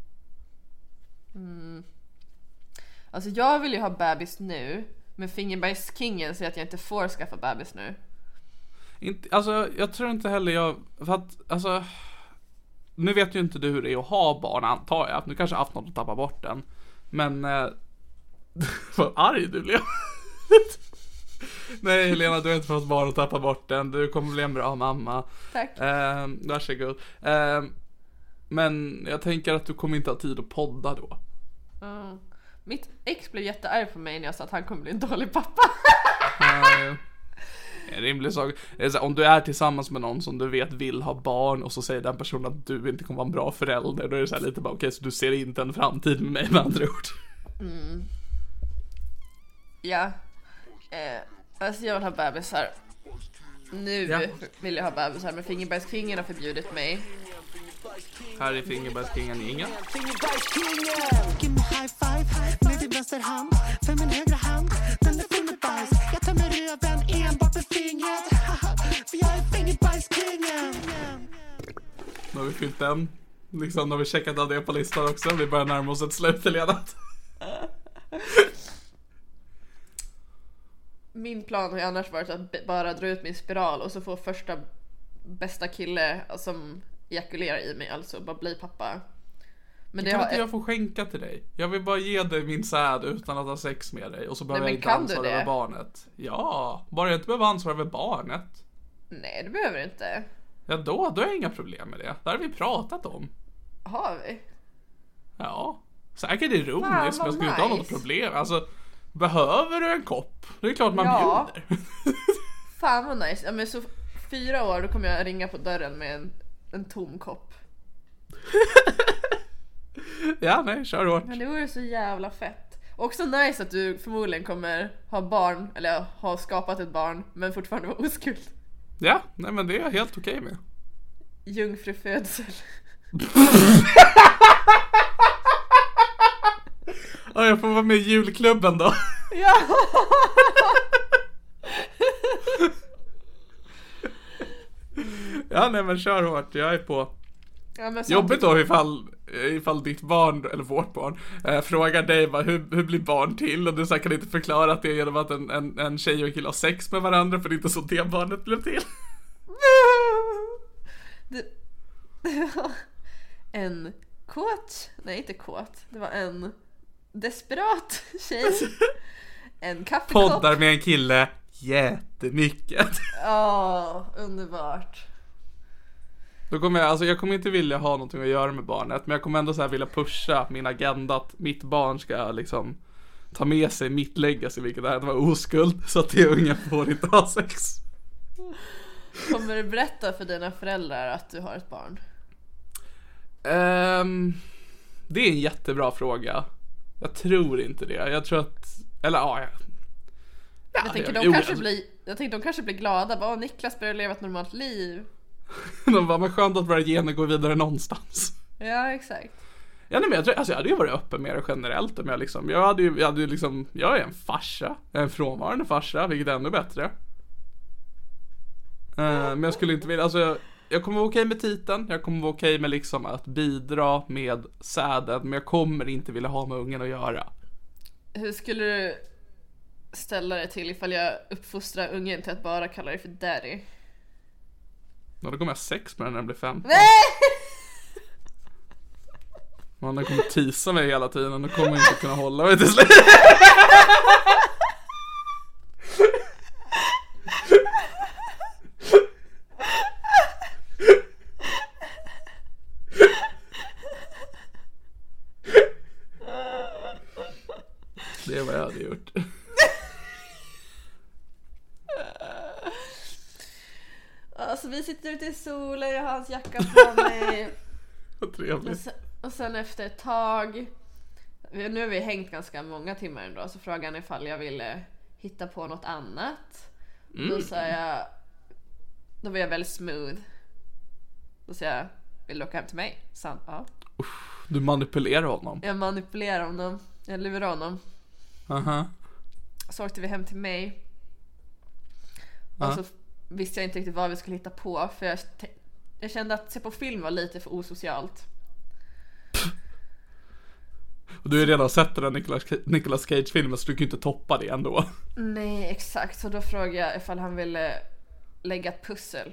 Mm. Alltså jag vill ju ha bebis nu, men Fingerbajskingen säger att jag inte får skaffa bebis nu. Inte, alltså jag tror inte heller jag, för att alltså nu vet ju inte du hur det är att ha barn, antar jag. Nu kanske jag haft något att tappa bort den. Men eh, vad arg du blev. Nej Helena, du har inte fått barn att tappa bort den. Du kommer bli en bra mamma. Tack. eh, Varsågod. eh, Men jag tänker att du kommer inte ha tid att podda då. Mm. Mitt ex blev jättearg på mig när jag sa att han kommer bli en dålig pappa. Nej. En rimlig sak. Om du är tillsammans med någon som du vet vill ha barn och så säger den personen att du inte kommer vara en bra förälder, då är det så här lite bara okej, okay, så du ser inte en framtid med mig med andra ord. Mm. Ja. Eh, alltså jag vill ha bebisar. Nu ja. vill jag ha bebisar, men Fingerbajskingen har förbjudit mig. Här är Fingerbajskingen ingen. Give me high five med din vänster hand, för min högra hand den är full med bajs. Jag tar med röven enbart med fingret. För jag är Fingerbajskingen. Nu har vi fyllt den. Liksom, nu har vi checkat av det på listan också. Vi börjar närma oss ett slut till ledat. Min plan har ju annars varit att bara dra ut min spiral och så få första bästa kille som ejakulerar i mig, alltså bara bli pappa. Men det kan har... inte jag få skänka till dig? Jag vill bara ge dig min säd utan att ha sex med dig. Och så behöver Nej, jag inte ansvar över barnet. Ja, bara jag inte behöver ansvar över barnet. Nej, det behöver du inte. Ja då, då är jag inga problem med det. Det har vi pratat om. Har vi? Ja, säkert ironiskt, men jag skulle nice. inte ha något problem. Alltså, behöver du en kopp? Det är klart man ja. bjuder. Fan vad nice. Ja, men så fyra år då kommer jag ringa på dörren med en, en tom kopp. Ja, nej, kör hårt. Men det vore så jävla fett. Också nice att du förmodligen kommer ha barn, eller ha skapat ett barn, men fortfarande vara oskuld. Ja, nej men det är jag helt okej med. Jungfrufödsel. Ja, jag får vara med i julklubben då. Ja. Ja, nej men kör hårt, jag är på. Ja, men jobbigt då ifall, ifall ditt barn, eller vårt barn, äh, frågar dig bara, hur, hur blir barn till? Och du så här, kan inte förklara att det är genom att en, en, en tjej och en kille har sex med varandra, för det är inte så det barnet blev till. Det, det var en kåt, nej inte kåt, det var en desperat tjej. En kaffekopp. Poddar med en kille jättemycket. Ja, oh, underbart. Då kommer jag, alltså jag kommer inte vilja ha någonting att göra med barnet, men jag kommer ändå så här vilja pusha min agenda att mitt barn ska liksom ta med sig mitt legacy, vilket är att vara oskuld, så att det unga får inte ha sex. Kommer du berätta för dina föräldrar att du har ett barn? Um, det är en jättebra fråga. Jag tror inte det. Jag tror att, eller ja, jag, ja jag tänker jag, de jo, kanske alltså, blir, jag tänker de kanske blir glada. Bara, Niklas börjar leva ett normalt liv. De var men skönt att våra gener går vidare någonstans. Ja, exakt. Ja, nej, men jag, tror, alltså, jag hade ju varit öppen med det generellt om jag liksom, jag hade ju, jag hade ju liksom, jag är en farsa, en frånvarande farsa, vilket är ännu bättre. Uh, men jag skulle inte vilja, alltså jag, jag kommer vara okej med titeln, jag kommer vara okej med liksom att bidra med säden, men jag kommer inte vilja ha med ungen att göra. Hur skulle du ställa dig till ifall jag uppfostrar ungen till att bara kalla dig för daddy? Ja, då kommer jag sex med den när den blir femton. Nej! Man den kommer tisa mig hela tiden, och kommer inte kunna hålla mig till slut. Det är vad jag hade gjort. så vi sitter ute i solen, jag har hans jacka på mig. Vad trevligt. Och sen, och sen efter ett tag, nu har vi hängt ganska många timmar ändå, så frågade han ifall jag ville hitta på något annat. Mm. Då sa jag, då var jag väldigt smooth. Då sa jag, vill du åka hem till mig? Så han, ja. Uff, du manipulerar honom. Jag manipulerar honom, jag lurar honom. Aha. Så åkte vi hem till mig. Uh-huh. Och så visste jag inte riktigt vad vi skulle hitta på, för jag, jag kände att se på film var lite för osocialt. Och du har ju redan sett den Nicolas, Nicolas Cage-filmen, så du kan ju inte toppa det ändå. Nej, exakt. Så då frågade jag ifall han ville lägga ett pussel.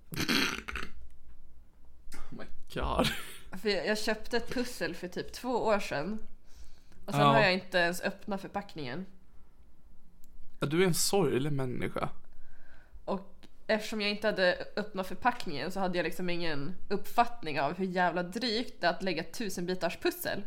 Oh my god. För jag, jag köpte ett pussel för typ två år sedan. Och sen ja. har jag inte ens öppnat förpackningen. Ja, du är en sorglig människa. Och eftersom jag inte hade öppnat förpackningen så hade jag liksom ingen uppfattning av hur jävla drygt det är att lägga tusen bitars pussel.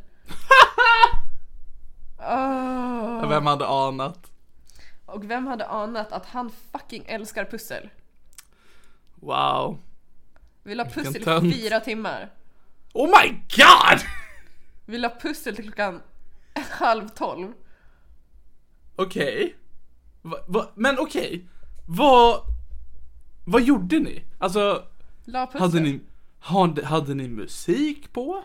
Oh. Vem hade anat? Och vem hade anat att han fucking älskar pussel? Wow. Vi la pussel i fyra timmar. Oh my god! Vi la pussel till klockan halv tolv. Okej. Okay. Va, va, men okej. Okay. Vad Vad gjorde ni? Alltså, la pussel. Hade ni hade, hade ni musik på?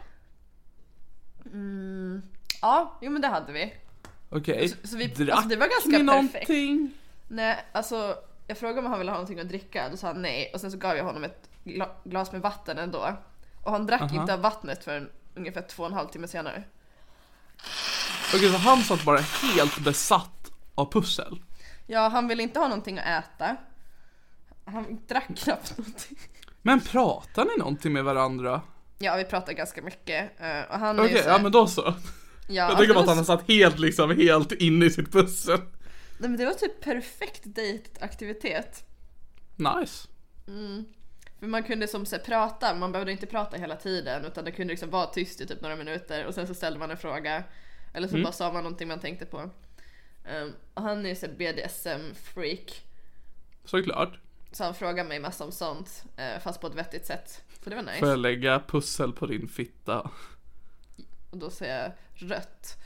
Mm. Ja, jo men det hade vi. Okej. Okay. Så, så vi, drack alltså det var ganska ni perfekt. Någonting? Nej, alltså jag frågade om han ville ha någonting att dricka. Då sa han nej. Och sen så gav jag honom ett gla- glas med vatten ändå. Och han drack uh-huh. inte av vattnet förrän ungefär två och en halv timme senare. Okej, okay, så han satt bara helt besatt av pussel? Ja, han ville inte ha någonting att äta. Han drack knappt någonting. Men pratar ni någonting med varandra? Ja, vi pratar ganska mycket. Och han Okej, okay, så... ja men då så. Ja, jag tycker bara att han har satt helt liksom helt inne i sitt pussel. Nej, men det var typ perfekt dejtaktivitet. Nice. Mm. För man kunde som sig prata, man behövde inte prata hela tiden, utan det kunde liksom vara tyst i typ några minuter. Och sen så ställde man en fråga. Eller så mm. bara sa man någonting man tänkte på. um, Och han är ju så B D S M-freak. Såklart. Så han frågade mig massa om sånt, uh, fast på ett vettigt sätt. Så det var nice. Får jag lägga pussel på din fitta? Och då säger jag rött.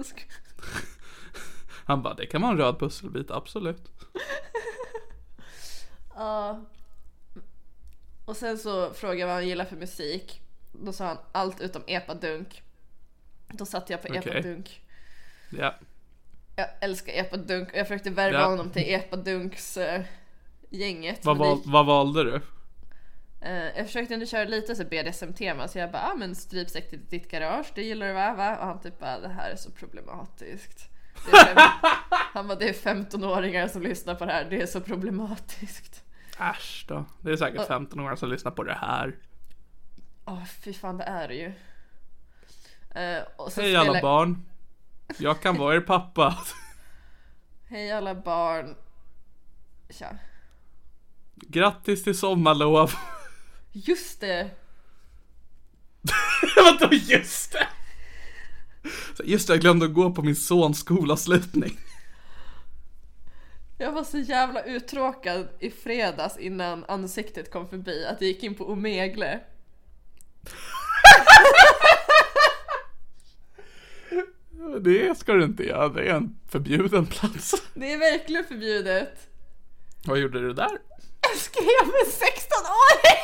Han bara, det kan vara en röd pusselbit, absolut. Ja. uh, Och sen så frågade jag vad han gillar för musik. Då sa han allt utom epadunk. Då satt jag på okay. epadunk. Ja. Yeah. Jag älskar epadunk. Och jag försökte värva yeah. honom till epadunks uh, gänget. Vad, val, vad valde du? Uh, jag försökte ändå köra lite så B D S M-tema. Så jag bara, ah, men strypsäck till ditt garage, det gillar du va? va? Och han typ bara, det här är så problematiskt. Det är fem... Han bara, det är femton-åringar som lyssnar på det här. Det är så problematiskt. Äsch då. Det är säkert femton-åringar som lyssnar på det här. Åh, oh, fy fan, det är det ju. Uh, och så Hej spelar... alla barn. Jag kan vara er pappa. Hej alla barn. Tja. Grattis till sommarlov. Just det. Vadå just det? Just det, jag glömde att gå på min sons skolavslutning. Jag var så jävla uttråkad i fredags innan ansiktet kom förbi att jag gick in på Omegle. Det ska du inte göra, det är en förbjuden plats. Det är verkligen förbjudet. Vad gjorde du där? Jag skrev med sexton-åring.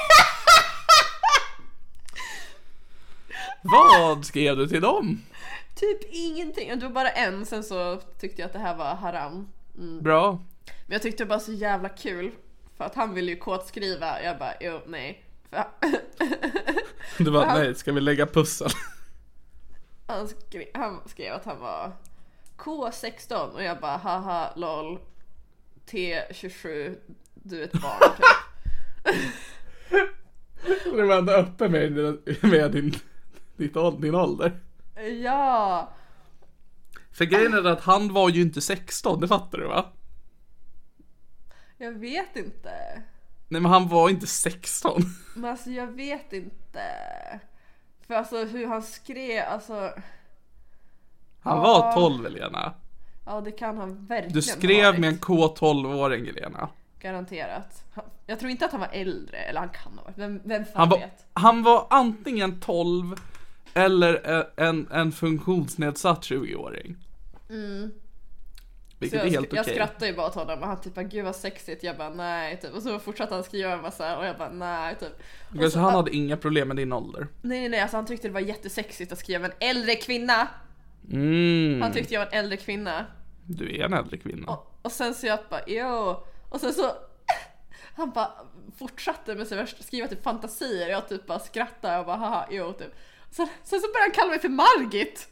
Vad skrev du till dem? Typ ingenting, det var bara en. Sen så tyckte jag att det här var haram. Mm. Bra. Men jag tyckte det var så jävla kul. För att han ville ju kåt skriva. Jag bara, jo, nej. För... Du bara, han... nej, ska vi lägga pussel? Han skrev, han skrev att han var K sexton. Och jag bara, haha, lol. T tjugosju, du är ett barn typ. Du var ändå uppe med, med din, din, din ålder. Ja. För grejen är att han var ju inte sexton, det fattar du va? Jag vet inte. Nej men han var inte sexton. Men alltså jag vet inte. För alltså hur han skrev, alltså. Han ja. var tolv, Elena. Ja, det kan han verkligen. Du skrev med en K tolv-åring, Elena. Garanterat. Jag tror inte att han var äldre, eller han kan ha varit. Vem, vem fan Han var, vet? han var antingen tolv eller en, en funktionsnedsatt tjugo-åring. Mm. Vilket jag, är helt jag okej. skrattar ju bara åt honom och han typ, gud vad sexigt. Jag bara nej typ. Och så fortsatte han skriva en massa och jag bara nej typ. Så, så han hade inga problem med din ålder. Nej nej nej, alltså han tyckte det var jättesexigt att skriva en äldre kvinna. Mm. Han tyckte jag var en äldre kvinna. Du är en äldre kvinna. Och, och sen så jag bara, jo. Och sen så han bara fortsatte med sig skriva typ fantasier. Jag typ bara skrattade och bara haha, jo typ. Sen, sen så började han kalla mig för Margit.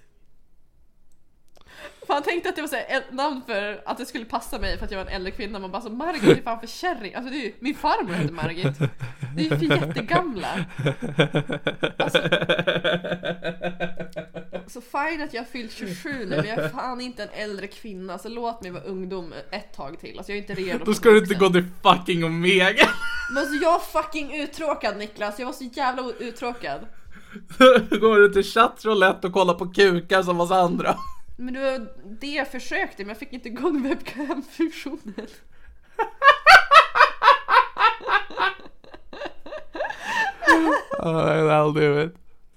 För han tänkte att det var så här ett namn för att det skulle passa mig för att jag var en äldre kvinna. Man bara så, Margit är fan för kärring. Alltså det är ju, min farmor heter Margit. Det är ju för jättegamla. Alltså, så fine att jag har fyllt tjugosju nu, men jag är fan inte en äldre kvinna. Så låt mig vara ungdom ett tag till. Alltså jag är inte redo. Då ska du inte gå till fucking Omega. Men alltså jag var fucking uttråkad, Niklas. Jag var så jävla uttråkad. Går du till chattroulette och kollar på kukar som oss andra. Men det var det jag försökte, men jag fick inte igång webcam-funktionen. uh, I'll do it.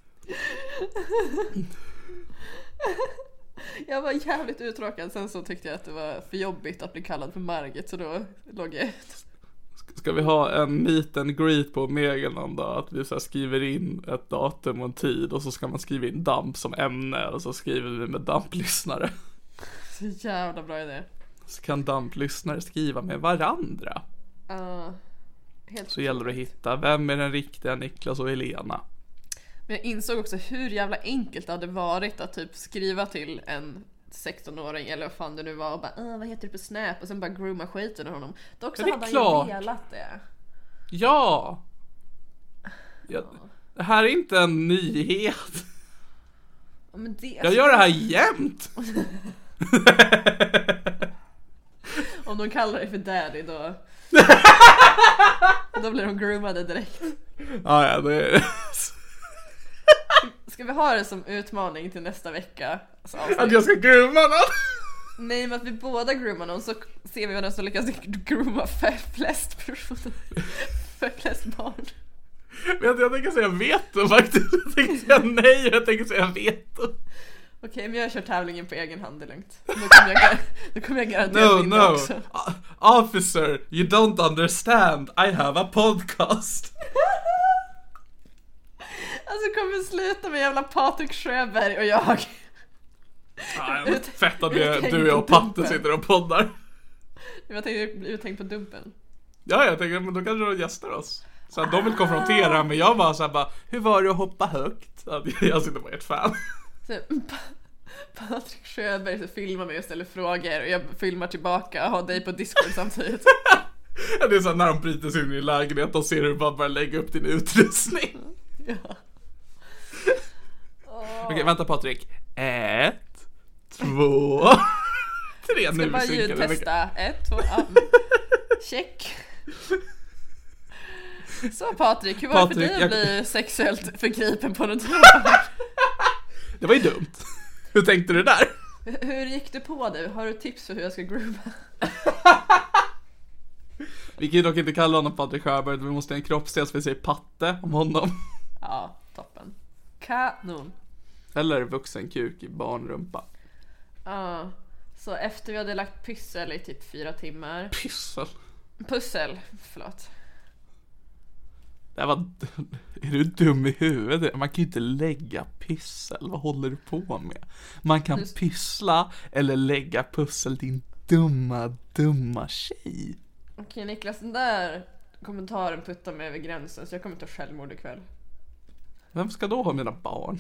Jag var jävligt uttråkad. Sen så tyckte jag att det var för jobbigt att bli kallad för Margit. Så då låg jag ut. Ska vi ha en meet and greet på Omega någon dag? Att vi så här skriver in ett datum och en tid. Och så ska man skriva in damp som ämne. Och så skriver vi med damplyssnare. Så jävla bra idé. Så kan damplyssnare skriva med varandra. uh, helt Så gäller det att hitta vem är den riktiga Niklas och Helena. Men jag insåg också hur jävla enkelt det hade varit att typ skriva till en sexton-åring eller vad fan det nu var och bara, äh, vad heter det på Snap? Och sen bara grooma skiten ur honom. Dock så det är hade klart. han ju velat det. Ja. ja! Det här är inte en nyhet. Ja, men det, jag gör det här jämt. Om de kallar dig för daddy då då blir de groomade direkt. Ja, ja, det är... Ska vi ha det som utmaning till nästa vecka? Alltså, att jag ska grooma någon? Nej, men att vi båda groomar någon, så ser vi vem som lyckas grooma för flest personer. För flest barn. Men jag, jag tänker säga veto faktiskt. Jag tänker säga nej, jag tänker säga veto. Okej, okay, men jag kör tävlingen på egen hand, det är lugnt. Då kommer jag, då kommer jag garanterat no, vinna no. också. Uh, officer, you don't understand. I have a podcast. Alltså kommer sluta med jävla Patrik Sjöberg och jag. Ah, Ut, fett att du, du och Patte sitter och poddar. Jag tänkte bli uttänkt på dumpen. Ja, jag tänker, men då kanske de gästar oss. Så att de vill konfrontera, men jag var så här bara, hur var det att hoppa högt? Jag sitter bara ett fan. Så, Patrik Sjöberg så filmar mig och ställer frågor och jag filmar tillbaka och har dig på Discord samtidigt. Det är så här, när de bryter sig in i lägenhet och ser hur du bara börjar lägga upp din utrustning. Ja. Oh. Okej, vänta Patrik. Ett, två, tre. Ska Nu bara ljudtesta. Ett, två, ja. Check. Så Patrik, hur var Patrik, det för dig att jag... bli sexuellt förgripen på något? Det var ju dumt. Hur tänkte du där? Hur gick du på det? Har du tips för hur jag ska grooma? Vi kan ju dock inte kalla honom Patrik Sjöberg. Vi måste ha en kroppsdel så vi säger Patte om honom. Ja, toppen. Kanon. Eller vuxen kuk i barnrumpa. Ja, så efter vi hade lagt pyssel i typ fyra timmar. Pyssel? Pussel, förlåt. Det var... Är du dum i huvudet? Man kan ju inte lägga pyssel. Vad håller du på med? Man kan Just... pyssla eller lägga pussel, din dumma, dumma tjej. Okej Niklas, den där kommentaren puttar mig över gränsen, så jag kommer ta självmord ikväll. Vem ska då ha mina barn?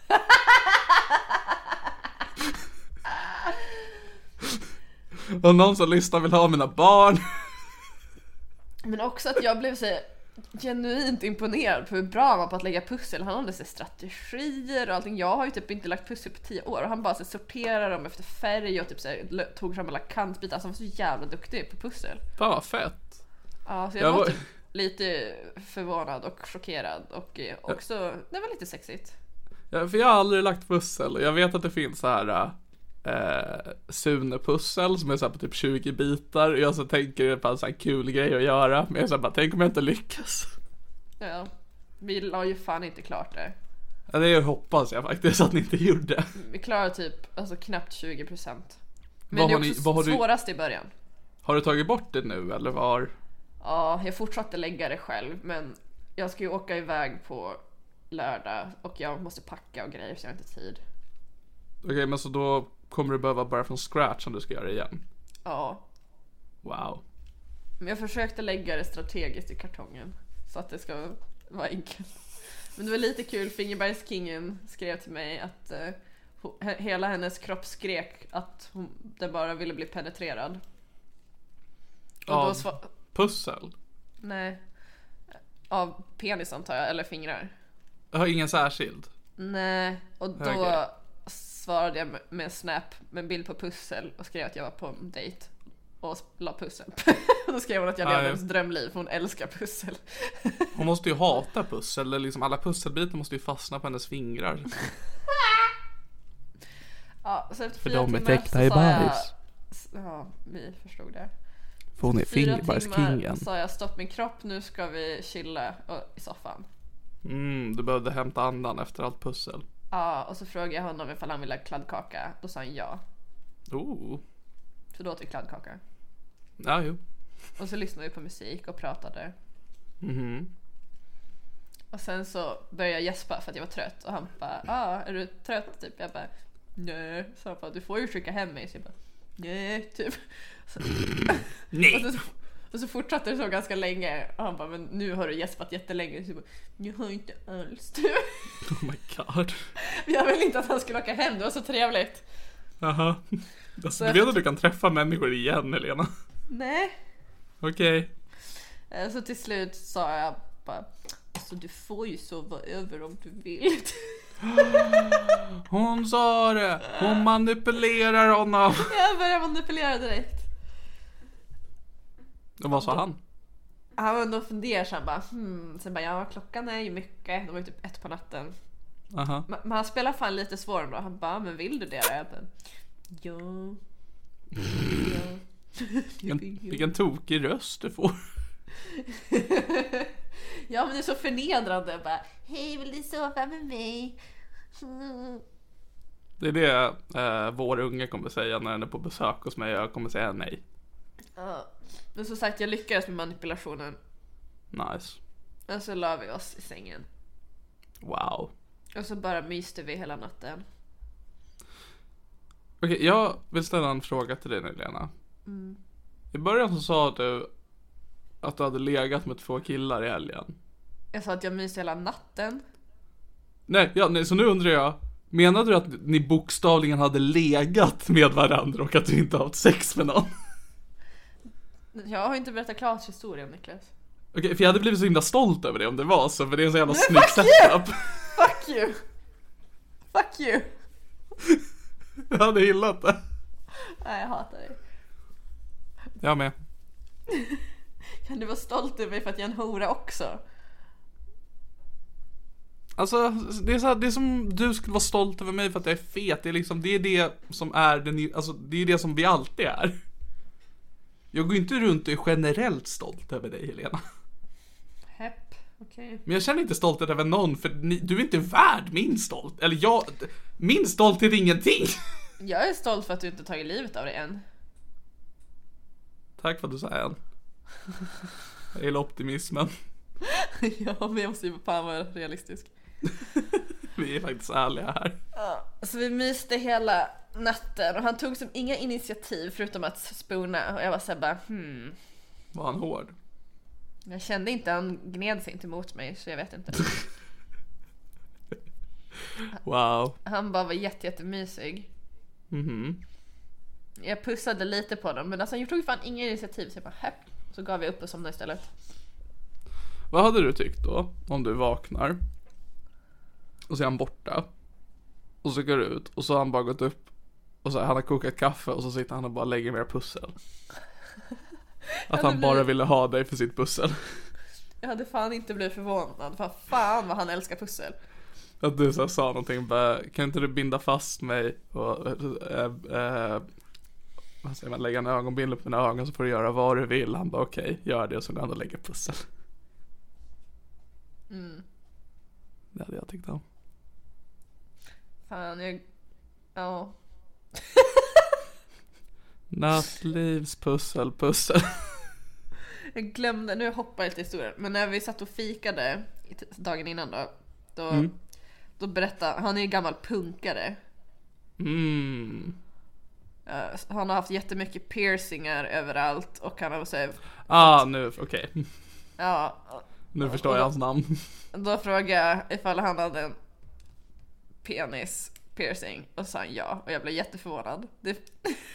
Och någon som lyssnar vill ha mina barn. Men också att jag blev så genuint imponerad på hur bra han var på att lägga pussel. Han hade så strategier och allting. Jag har ju typ inte lagt pussel på tio år. Och han bara så sorterar dem efter färg och typ så här, tog fram alla kantbitar. Alltså han var så jävla duktig på pussel. Fan vad fett. Ja, så jag, jag var, var typ lite förvånad och chockerad. Och också, det var lite sexigt. Ja, för jag har aldrig lagt pussel. Och jag vet att det finns så här eh, Sune-pussel som är så här på typ tjugo bitar. Och jag så tänker det är en sån här kul grej att göra. Men jag så bara, tänk om jag inte lyckas. Ja, vi la ju fan inte klart det. Ja, det hoppas jag faktiskt att ni inte gjorde. Vi klarar typ alltså knappt tjugo procent. Men vad det är har också ni, vad har svårast du, i början. Har du tagit bort det nu eller var? Ja, jag fortsatte lägga det själv. Men jag ska ju åka iväg på lördag. Och jag måste packa och grejer så jag har inte tid. Okej, okay, men så då kommer du behöva börja från scratch om du ska göra det igen. Ja. Wow. Men jag försökte lägga det strategiskt i kartongen. Så att det ska vara enkelt. Men det var lite kul, Fingerbergskingen skrev till mig att uh, he- hela hennes kropp skrek att hon, den bara ville bli penetrerad. Och av då sva- pussel? Nej. Av penis antar jag, eller fingrar. Jag har ingen särskild. Nej, och då okay. svarade jag med, med en snap med en bild på pussel och skrev att jag var på en dejt. Och la pussel. Och då skrev hon att jag levde hennes drömliv, för hon älskar pussel. Hon måste ju hata pussel, eller liksom alla pusselbitar måste ju fastna på hennes fingrar. Ja, så efter för fyra de är timmar täckta i bajs. Jag, ja, vi förstod det. För hon är fingerbajskingen. Så sa jag, stopp min kropp, nu ska vi chilla i soffan. Mm, du behövde hämta andan efter allt pussel. Ja, och så frågade jag honom ifall han ville ha kladdkaka. Då sa han ja. Oh. Så då åt vi kladdkaka. Ja, jo. Och så lyssnade vi på musik och pratade. Mhm. Och sen så började jag gäspa för att jag var trött. Och han bara, ja, ah, är du trött? Typ. Jag bara, nej. Så han bara, du får ju skicka hem mig. Så jag bara, nej, typ. Så, nej. Och så, och så fortsatte det så ganska länge. Och han bara, men nu har du gäspat jättelänge. Så jag bara, jag har inte alls. Typ. Oh my god. Jag ville inte att han skulle åka hem, det var så trevligt. Jaha. Alltså, du vet att du kan träffa människor igen, Helena? Nej. Okej. Okay. Så till slut sa jag bara, alltså du får ju sova över om du vill. Hon sa det. Hon manipulerar honom. Jag började manipulera direkt. Och vad sa han? Han var nog fundersam bara, hmm. Sen bara, ja klockan är ju mycket. Det var ju typ ett på natten. Aha. Men han spelar fan lite svår då. Han bara, men vill du det då? Jag bara, ja. Ja. Vilken, vilken tokig röst du får. Ja, men det är så förnedrande. Bara, hej, vill du sova med mig? Det är det eh, vår unge kommer säga när den är på besök hos mig. Jag kommer säga nej. Ja. Men som sagt, jag lyckades med manipulationen. Nice. Och så la vi oss i sängen. Wow. Och så bara myste vi hela natten. Okej, okay, jag vill ställa en fråga till dig nu, Lena. Mm. I början så sa du att du hade legat med två killar i helgen. Jag sa att jag myste hela natten. Nej, ja, nej, så nu undrar jag, menade du att ni bokstavligen hade legat med varandra och att du inte har haft sex med någon? Jag har inte berättat klart historien, Niklas. Okej, okay, för jag hade blivit så himla stolt över det om det var så, för det är en så jävla snygg setup. Fuck you! Fuck you! Jag hade gillat det. Nej, jag hatar dig. Jag med. Kan du vara stolt över mig för att jag är en hora också? Alltså, det är, så här, det är som du skulle vara stolt över mig för att jag är fet. Det är liksom, det är det som är den, alltså, det är det som vi alltid är. Jag går inte runt och är generellt stolt över dig, Helena. Hepp, okej. Okay. Men jag känner inte stolthet över någon, för ni, du är inte värd min stolt. Eller jag, min stolthet är ingenting. Jag är stolt för att du inte tagit livet av dig än. Tack för att du sa än. Jag gillar optimismen. Ja, men jag måste ju fan vara realistisk. Vi är faktiskt ärliga här. Ja, så vi myste hela natten. Och han tog som inga initiativ förutom att spona. Och jag var så här bara, hmm. Var han hård? Jag kände inte, han gned sig inte mot mig. Så jag vet inte. Wow. Han bara var jätte, jättemysig. Mhm. Jag pussade lite på dem. Men alltså jag tog fan inga initiativ. Så jag bara, hepp. Så gav jag upp och somnade istället. Vad hade du tyckt då om du vaknar och så är han borta och så går du ut och så har han bara gått upp och så han har kokat kaffe och så sitter han och bara lägger mer pussel. Att han bara ville ha dig för sitt pussel. Jag hade fan inte blivit förvånad. För fan vad han älskar pussel. Att du så sa någonting bara, kan inte du binda fast mig och äh, äh, vad säger man, lägga en ögonbindel på mina ögon så får du göra vad du vill. Han bara okej, okay, gör det och så går han och lägger pussel. Mm. Det hade jag tyckt om. Fan, jag... Ja. Nattlivs pussel, pussel. Jag glömde, nu hoppar jag lite i historien. Men när vi satt och fikade dagen innan då, då, mm. då berättade, han är ju gammal punkare. Mm. Uh, han har haft jättemycket piercingar överallt och han har så ah, nu, okej. Okay. Ja. Nu förstår jag då, hans namn. Då frågade jag ifall han hade en penis piercing och sa han ja, och jag blev jätteförvånad. Det...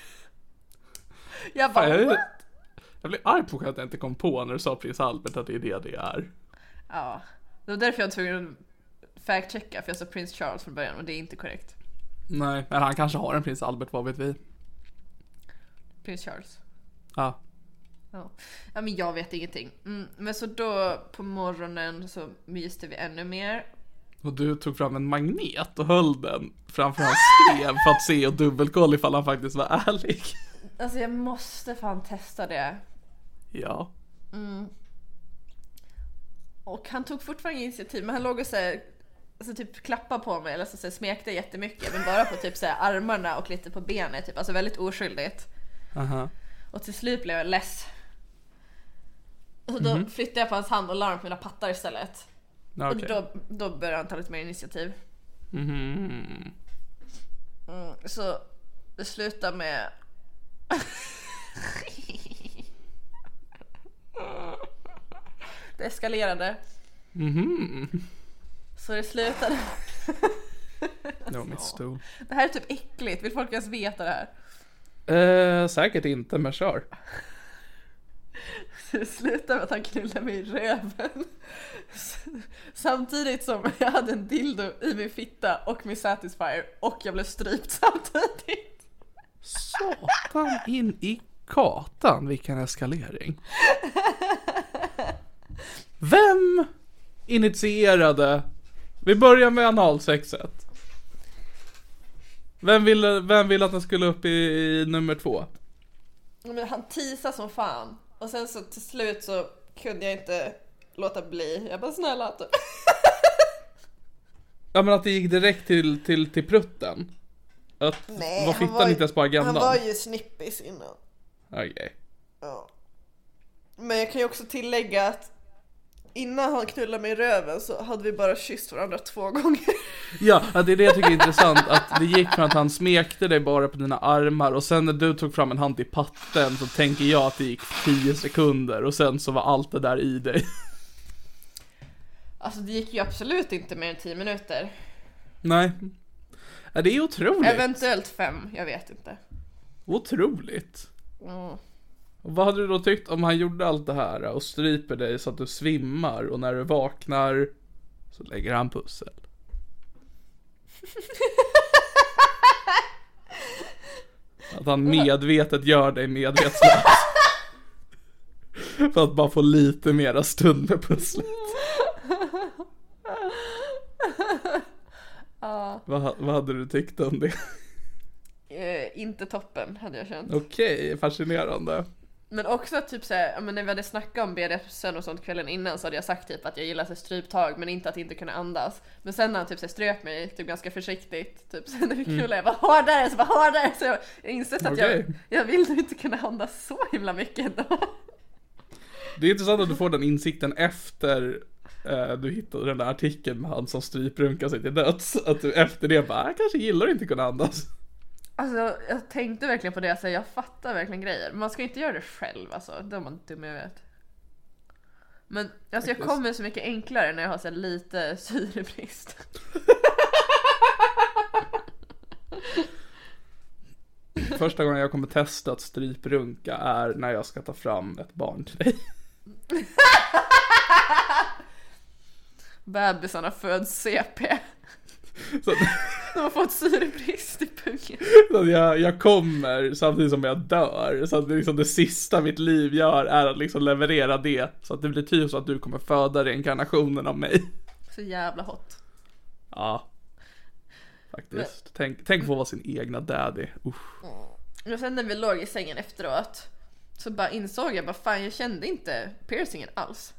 jag bara, jag, jag blev arg på att jag inte kom på när du sa prins Albert att det är det det är. Ja, det var därför jag var tvungen att fact-checka, för jag sa prins Charles från början och det är inte korrekt. Nej, men han kanske har en prins Albert, vad vet vi? Prins Charles. Ja. Ja, ja men jag vet ingenting. Mm, men så då på morgonen så myste vi ännu mer. Och du tog fram en magnet och höll den framför hans skrev för att se och dubbelkolla ifall han faktiskt var ärlig. Alltså jag måste fan testa det. Ja. Mm. Och han tog fortfarande initiativ, men han låg och så här, alltså typ klappa på mig eller så, så här, smekte jättemycket, men bara på typ så här, armarna och lite på benet typ, alltså väldigt oskyldigt. Aha. Och till slut blev jag less. Och då mm-hmm. flyttade jag på hans hand och la den på mina pattar istället. Okay. Och då, då började han ta lite mer initiativ. Mm-hmm. Mm, så det slutade med det eskalerade. Mm-hmm. Så det slutade no, mitt stol. Det här är typ äckligt. Vill folk ens veta det här? Eh, säkert inte, men kör. Så det slutade med att han knullade mig i röven. Samtidigt som jag hade en dildo i min fitta och min satisfier. Och jag blev strypt samtidigt. Satan in i katan, vilken eskalering. Vem initierade? Vi börjar med analsexet. Vem ville, vem ville att den skulle upp i, i nummer två? Men han tisade som fan. Och sen så till slut så kunde jag inte låta bli. Jag bara snälla typ. Ja, men att det gick direkt till, till, till prutten. Att nej, var fittan var, inte ens på agendan. Han var ju snippis innan. Okej. Okay. Ja. Men jag kan ju också tillägga att innan han knullade mig i röven så hade vi bara kysst varandra två gånger. Ja, det är det jag tycker är intressant. Att det gick från att han smekte dig bara på dina armar. Och sen när du tog fram en hand i patten så tänker jag att det gick tio sekunder. Och sen så var allt det där i dig. Alltså det gick ju absolut inte mer än tio minuter. Nej. Ja, det är otroligt. Eventuellt fem, jag vet inte. Otroligt. Mm. Och vad hade du då tyckt om han gjorde allt det här och stryper dig så att du svimmar och när du vaknar så lägger han pussel? Att han medvetet gör dig medvetslös. För att bara få lite mera stund med pusslet. Ja. Vad, vad hade du tyckt om det? Eh, inte toppen hade jag känt. Okej, okay, fascinerande. Men också typ såhär, men när vi hade snackat om B D S M och sånt kvällen innan så hade jag sagt typ att jag gillar så stryptag men inte att inte kunna andas. Men sen när han typ så ströp mig typ ganska försiktigt typ sen när vi knullade, jag bara hårdare, så bara hårdare, så jag insett att okay. jag, jag vill nog inte kunna andas så himla mycket ändå. Det är intressant att du får den insikten efter eh, du hittade den där artikeln med han som stryprunkar sig till döds. Att du efter det bara, jag kanske gillar inte kunna andas. Alltså jag tänkte verkligen på det, alltså, jag fattar verkligen grejer. Man ska inte göra det själv alltså, det är man dum jag vet. Men alltså jag kommer så mycket enklare när jag har så lite syrebrist. Första gången jag kommer testa att stryprunka är när jag ska ta fram ett barn till dig. Bebisarna föds C P. Så de har fått syrebrist i pungen. Så jag, jag kommer samtidigt som jag dör. Så att det, liksom det sista mitt liv gör är att liksom leverera det. Så att det blir typ så att du kommer föda reinkarnationen av mig. Så jävla hot. Ja. Faktiskt. Men... Tänk, tänk på att vara sin egna daddy. Uff. Mm. Och sen när vi låg i sängen efteråt så bara insåg jag bara fan jag kände inte piercingen alls.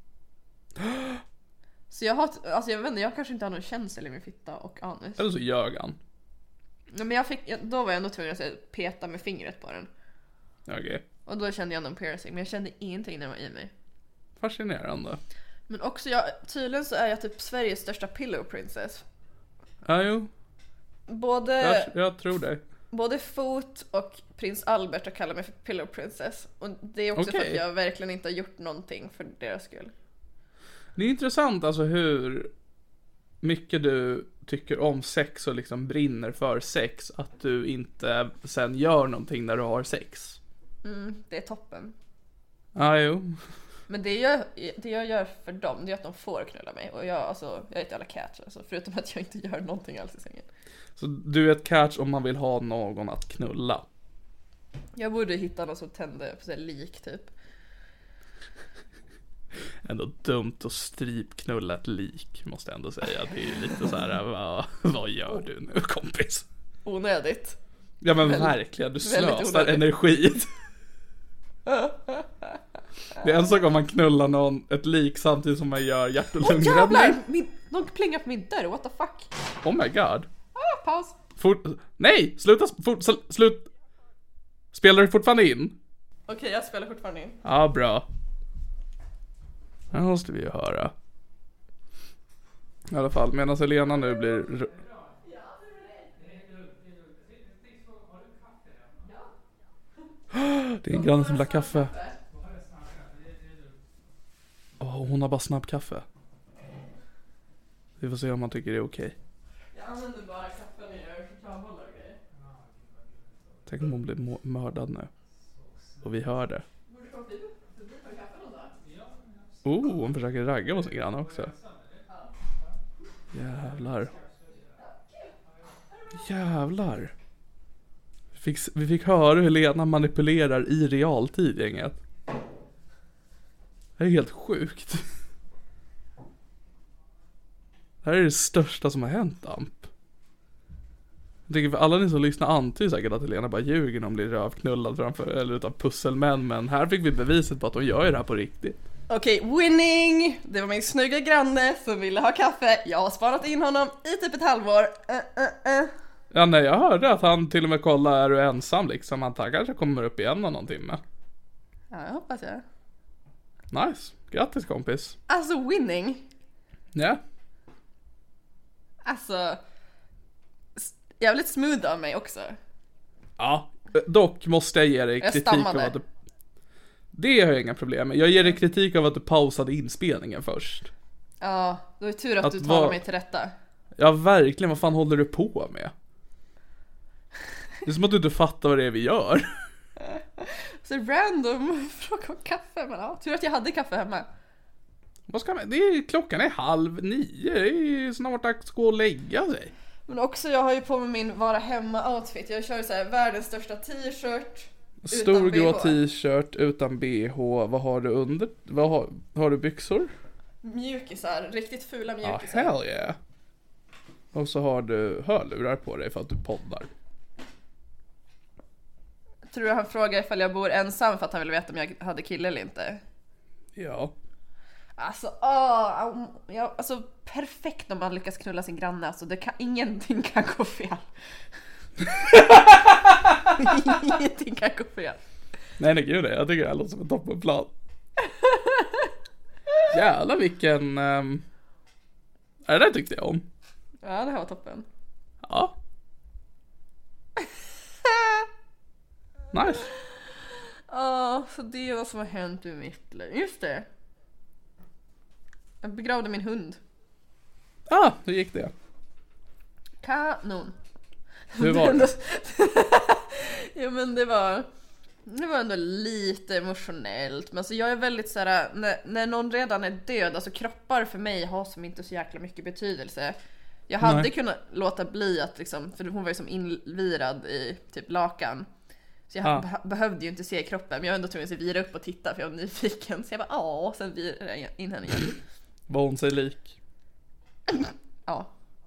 Så jag har, alltså jag vet inte, jag kanske inte har någon känsla i min fitta och anus. Eller så ljög han. Ja, men jag fick, då var jag nog tvungen att peta med fingret på den. Okej. Okay. Och då kände jag någon piercing, men jag kände ingenting när det var i mig. Fascinerande. Men också, jag, tydligen så är jag typ Sveriges största pillow princess. Ja, jo. Både... Jag, jag tror det. Både Fot och prins Albert har kallat mig för pillow princess. Och det är också okay. för att jag verkligen inte har gjort någonting för deras skull. Det är intressant alltså hur mycket du tycker om sex och liksom brinner för sex, att du inte sen gör någonting när du har sex. Mm, det är toppen. Ja, jo. Men det jag, det jag gör för dem, det är att de får knulla mig. Och jag, alltså, jag är ett jävla catch, alltså, förutom att jag inte gör någonting alls i sängen. Så du är ett catch om man vill ha någon att knulla? Jag borde hitta någon som tände på sig lik typ. Ändå dumt att stripknulla ett lik, måste jag ändå säga. Det är ju lite så här, vad, vad gör du nu kompis? Onödigt. Ja men Väl, verkligen, du slösar energi. Det är en sak om man knullar någon, ett lik samtidigt som man gör hjärt- och lungräddning. Åh jävlar, min, någon plingar på min dörr, what the fuck? Oh my god. Ah, paus. Fort, nej, sluta, fort, sl, slut. Spelar du fortfarande in? Okej, okay, jag spelar fortfarande in. Ja, bra. Det måste vi ju höra. I alla fall, medan Helena nu blir... Det är en granne som vill ha kaffe. Åh, oh, hon har bara snabbkaffe. Vi får se om man tycker det är okej. Okay. Jag använder bara kaffe när jag gör chokladbollar och grejer. Tänk om hon blir mördad nu. Och vi hör det. Oh, hon försöker ragga på sin granne också. Jävlar. Jävlar. Vi fick, vi fick höra hur Lena manipulerar i realtid, gänget. Det är helt sjukt. Det här är det största som har hänt, Amp. Jag tycker för alla ni som lyssnar antyder säkert att Helena bara ljuger när hon blir rövknullad framför, eller utav pusselmän. Men här fick vi beviset på att hon gör det här på riktigt. Okej, okay, winning! Det var min snygga granne som ville ha kaffe. Jag har sparat in honom i typ ett halvår. Uh, uh, uh. Ja, nej, jag hörde att han till och med kollar, är du ensam liksom. Han kanske kommer upp igen om någon timme. Ja, jag hoppas jag. Nice, grattis kompis. Alltså winning. Ja. Yeah. Alltså jävligt smooth av mig också. Ja, dock måste jag ge dig jag kritik av att du... Det har jag inga problem med. Jag ger dig kritik av att du pausade inspelningen först. Ja, då är det tur att, att du talar var... mig till rätta. Ja, verkligen. Vad fan håller du på med? Det är som att du inte fattar vad det är vi gör. Så random fråga om kaffe. Men ja, tur att jag hade kaffe hemma. Vad ska man? Det är, klockan är halv nio. Det är snart dags att gå och lägga sig. Men också, jag har ju på mig min vara hemma-outfit. Jag kör så här världens största t-shirt. Stor grå t-shirt utan B H. Vad har du under? Vad har, har du byxor? Mjukisar, riktigt fula mjukisar. Ja, hell yeah. Och så har du hörlurar på dig för att du poddar. Tror du han frågar ifall jag bor ensam för att han vill veta om jag hade kille eller inte? Ja. Alltså, åh, ja, alltså perfekt om man lyckas knulla sin granne. Alltså, det kan, ingenting kan gå fel. Ingenting kan gå fel. Nej, nej, gud det. Jag tycker det här låter som en toppenplan. Jävlar vilken... Um... Det där tyckte jag om. Ja, det här var toppen. Ja. Nice. Ja, så det är vad som har hänt i mitt liv. Just det. Jag begravde min hund. Ah, hur gick det? Kanon. Hur var det? Ja, men det var det var ändå lite emotionellt. Men alltså jag är väldigt så här, när, när någon redan är död, alltså kroppar för mig har som inte så jäkla mycket betydelse. Jag hade Nej. kunnat låta bli att liksom, för hon var ju som invirad i typ lakan. Så jag ah. be- behövde ju inte se kroppen. Men jag var ändå tvungen att vira upp och titta för jag var nyfiken. Så jag bara, ja, och sen virade jag in henne igen. Var hon sig lik? Ja.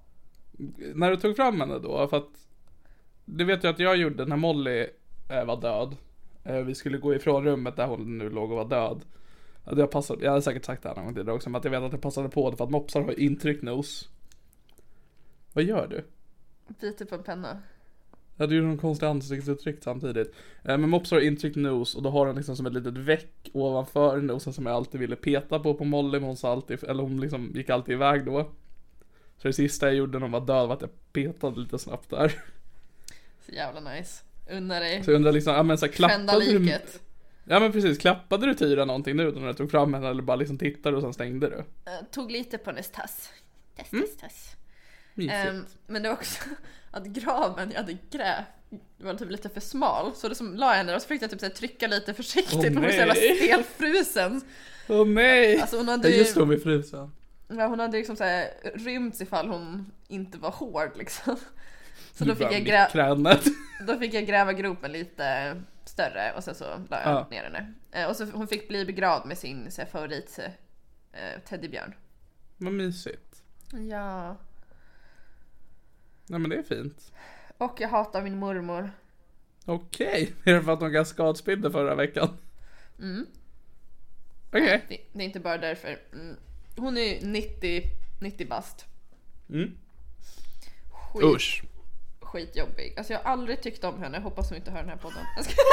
när du tog fram henne då, för att du vet ju att jag gjorde när Molly äh, var död. Äh, vi skulle gå ifrån rummet där hon nu låg och var död. Att jag, passade, jag hade säkert sagt det här någon gång tidigare också, men att jag vet att jag passade på det för att mopsar har intryckt nos. Vad gör du? Biter på en penna. Ja, du gjorde någon konstig ansiktsuttryck samtidigt. äh, Men mopsar har intryckt nos och då har den liksom som ett litet väck ovanför nosen som jag alltid ville peta på på Molly, men hon sa alltid, eller hon liksom gick alltid iväg då. Så det sista jag gjorde när hon var död var att jag petade lite snabbt där. Så jävla nice. Undrar dig. Så jag undrar liksom, ja men så här, klappade du... Ja men precis, klappade du Tyra någonting nu när du tog fram henne eller bara liksom tittade och sen stängde du? Uh, tog lite på hennes tass. Tass, tass, tass. Mm. Um, men det var också att graven jag hade grävt var typ lite för smal. Så det som la henne och så fick jag typ så här, trycka lite försiktigt. Åh, hon var så jävla stelfrusen. Åh oh, nej! Alltså, hon hade ju... Just då med frusen. Ja, hon hade liksom så här rymt ifall hon inte var hård liksom. Så då fick, jag grä... då fick jag gräva gropen lite större och sen så la jag ja. ner henne. Och så hon fick bli begravd med sin så här, favorit eh, teddybjörn. Vad mysigt. Ja. Nej men det är fint. Och jag hatar min mormor. Okej, okay. Är det för att hon gav skadspinner förra veckan? Mm. Okej. Okay. Det, det är inte bara därför. Mm. Hon är nittio, nittio bast. Mm. Skit, Usch. Skitjobbig. Alltså jag har aldrig tyckt om henne. Hoppas hon inte hör den här podden.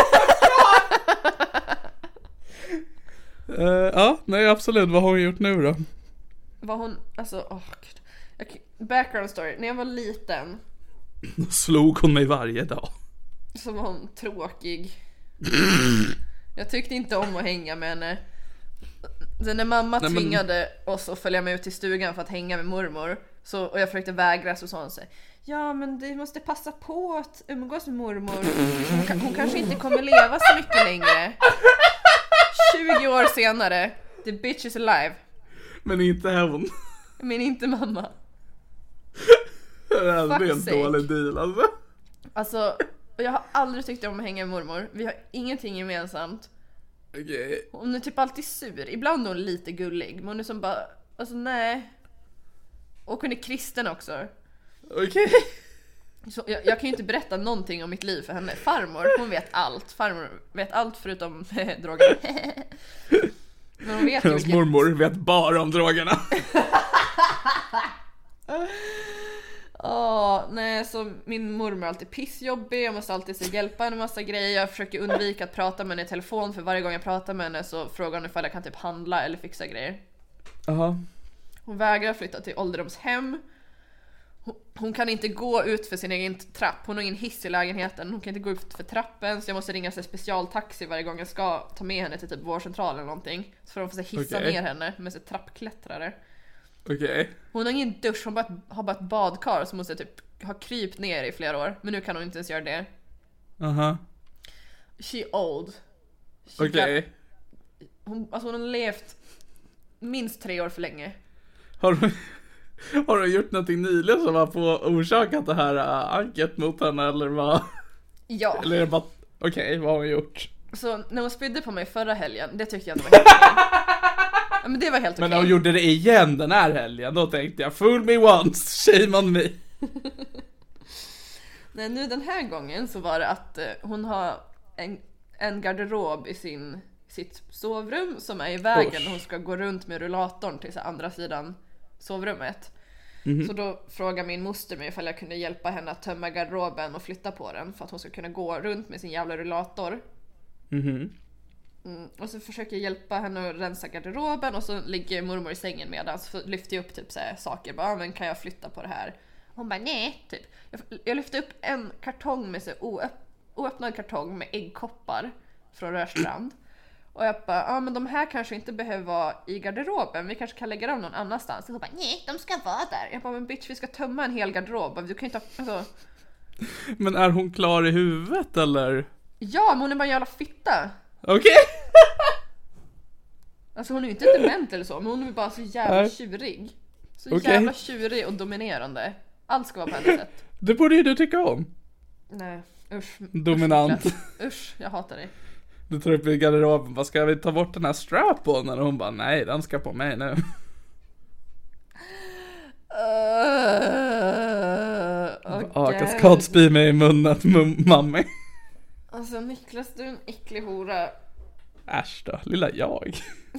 uh, ja, nej absolut. Vad har hon gjort nu då? Vad hon, alltså, åh oh, gud. Okay. Background story. När jag var liten slog hon mig varje dag. Så var hon tråkig. Jag tyckte inte om att hänga med henne. Sen när mamma Nej, men... tvingade oss att följa med ut till stugan för att hänga med mormor så, och jag försökte vägra, så sa hon sig: ja men du måste passa på att umgås med mormor. Hon, hon kanske inte kommer leva så mycket längre. tjugo år senare, the bitch is alive. Men inte hon. Men inte mamma. Det är en dålig deal alltså. Alltså, jag har aldrig tyckt om att hänga med mormor. Vi har ingenting gemensamt. Okay. Hon är typ alltid sur. Ibland är hon lite gullig, men hon är som bara, alltså nej. Och hon är kristen också. Okej. Okay. Så jag, jag kan ju inte berätta någonting om mitt liv för henne. Farmor, hon vet allt. Farmor vet allt förutom drogerna. Men hon vet ju vilket... mormor vet bara om drogerna. Åh, oh, nej, så min mormor är alltid pissjobbig. Jag måste alltid se hjälpa henne en massa grejer. Jag försöker undvika att prata med henne i telefon, för varje gång jag pratar med henne så frågar hon ifall jag kan typ handla eller fixa grejer. Uh-huh. Hon vägrar flytta till ålderdomshem. Hon, hon kan inte gå ut för sin egen trapp. Hon har ingen hiss i lägenheten. Hon kan inte gå ut för trappen, så jag måste ringa en specialtaxi varje gång jag ska ta med henne till typ vårdcentralen eller någonting. Så får de få så hissa okay. ner henne med så trappklättrare. Okay. Hon har ingen dusch, hon bara, har bara ett badkar som måste typ ha krypt ner i flera år. Men nu kan hon inte ens göra det. Aha. She old. Okej. Okay. Hon, alltså hon har levt minst tre år för länge. Har du, har du gjort någonting nyligen som var på orsakat det här uh, anket mot henne eller vad? Ja. Eller är det bara, okej, okay, vad har hon gjort? Så när hon spydde på mig förra helgen, det tyckte jag inte var helt okej. Ja, men det var helt okej. Men när hon gjorde det igen den här helgen, då tänkte jag, fool me once, shame on me. Nej, nu den här gången så var det att uh, hon har en, en garderob i sin, sitt sovrum som är i vägen. Osh. Hon ska gå runt med rullatorn till så andra sidan sovrummet. Mm-hmm. Så då frågade min moster mig ifall jag kunde hjälpa henne att tömma garderoben och flytta på den för att hon ska kunna gå runt med sin jävla rullator. Mm-hmm. Mm, och så försöker jag hjälpa henne att rensa garderoben, och så ligger mormor i sängen medan så lyfter jag upp typ så här saker, bara, men kan jag flytta på det här? Hon bara nej, typ. Jag, jag lyfte upp en kartong med så oöpp, oöppnad kartong med äggkoppar från Rörstrand. Och jag bara, ja men de här kanske inte behöver vara i garderoben, vi kanske kan lägga dem någon annanstans. Och hon bara, nej, de ska vara där. Jag bara, men bitch, vi ska tömma en hel garderob. Du kan inte ha, alltså... Men är hon klar i huvudet eller? Ja, men hon är bara en jävla fitta. Okej. Okay. Alltså hon är ju inte dement eller så, men hon är bara så jävla tjurig. Så okay. jävla tjurig och dominerande. Allt ska vara på hennes sätt. Det borde ju du tycka om. Nej, usch. Dominant. Usch, usch, jag hatar dig. Du tar upp i garderoben, vad ska vi ta bort den här strap-on? Och hon bara, nej, den ska på mig nu. Uh... Akas katspy mig i munnen, mamma. Alltså Niklas, du är en äcklig hora. Äsch då, lilla jag.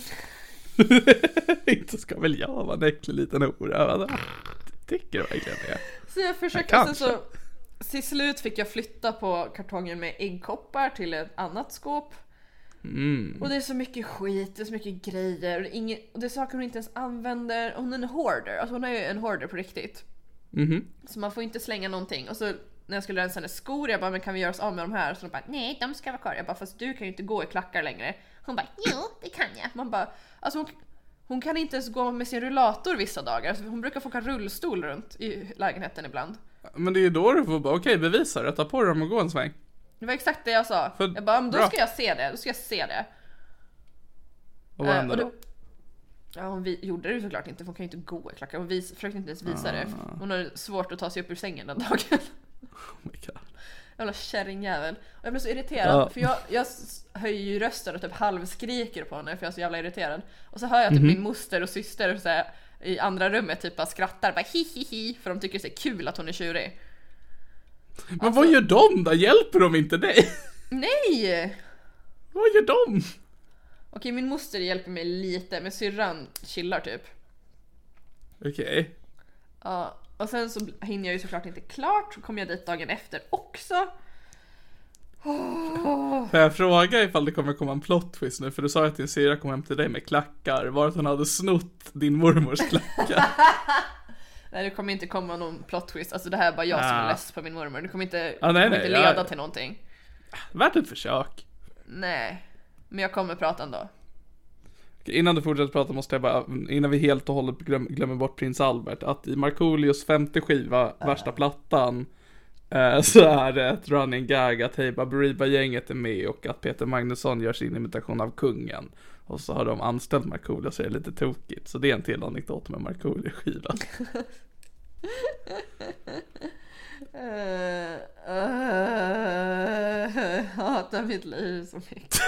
Inte ska väl jag vara en äcklig liten hora. Tycker du verkligen det? Så jag försökte, sen så till slut fick jag flytta på kartongen med äggkoppar till ett annat skåp. Mm. Och det är så mycket skit, det är så mycket grejer. Och det är, ingen, och det är saker hon inte ens använder. Hon är en hoarder, alltså hon är ju en hoarder på riktigt. Mm-hmm. Så man får inte slänga någonting. Och så när jag skulle rensa hennes skor, jag bara, men kan vi göra oss av med de här? Så de bara, nej, de ska vara kvar. Jag bara, fast du kan ju inte gå i klackar längre. Hon bara, jo, det kan jag. Man bara, alltså hon, hon kan inte ens gå med sin rullator vissa dagar. Alltså hon brukar få åka rullstol runt i lägenheten ibland. Men det är ju då du får bara, okej, okay, bevisa det. Ta på dem och gå en sväng. Det var exakt det jag sa. För, jag bara, men då bra. ska jag se det. Då ska jag se det. Och vad hände uh, då? Ja, hon vi, gjorde det såklart inte. För hon kan ju inte gå i klackar. Hon vis, försökte inte ens visa ah. det. Hon har svårt att ta sig upp ur sängen den dagen. Oh my god. Jävla kärringjävel. Och jag blev så irriterad. Ja. För jag, jag höjer ju rösten och typ halvskriker på henne. För jag är så jävla irriterad. Och så hör jag typ mm-hmm. min moster och syster så här, i andra rummet typ bara skrattar. Bara hi hi hi. För de tycker det är kul att hon är tjurig. Men alltså, vad gör de då? Hjälper de inte dig? Nej! Vad gör de? Okej, min moster hjälper mig lite. Men syrran chillar typ. Okej. Okay. Ja, och sen så hinner jag ju såklart inte klart. Så kommer jag dit dagen efter också. Oh. Får jag fråga ifall det kommer komma en plot twist nu? För du sa att din syrra kom hem till dig med klackar. Var att hon hade snott din mormors klackar? Nej, det kommer inte komma någon plot twist. Alltså det här är bara jag ah. som är less på min mormor. Det kommer inte, ah, nej, kommer nej, inte leda jag... till någonting. Värt ett försök. Nej, men jag kommer prata ändå. Okej, innan du fortsätter prata måste jag bara, innan vi helt och hållet glöm, glömmer bort Prins Albert, att i Markoolios femte skiva, uh. värsta plattan, eh, så är det ett running gag att Hey Baberiba-gänget är med och att Peter Magnusson gör sin imitation av kungen. Och så har de anställt Markoolio, så är det lite tokigt. Så det är en till anekdot med Markoolio-skivan. uh, uh, hatar mitt liv så mycket.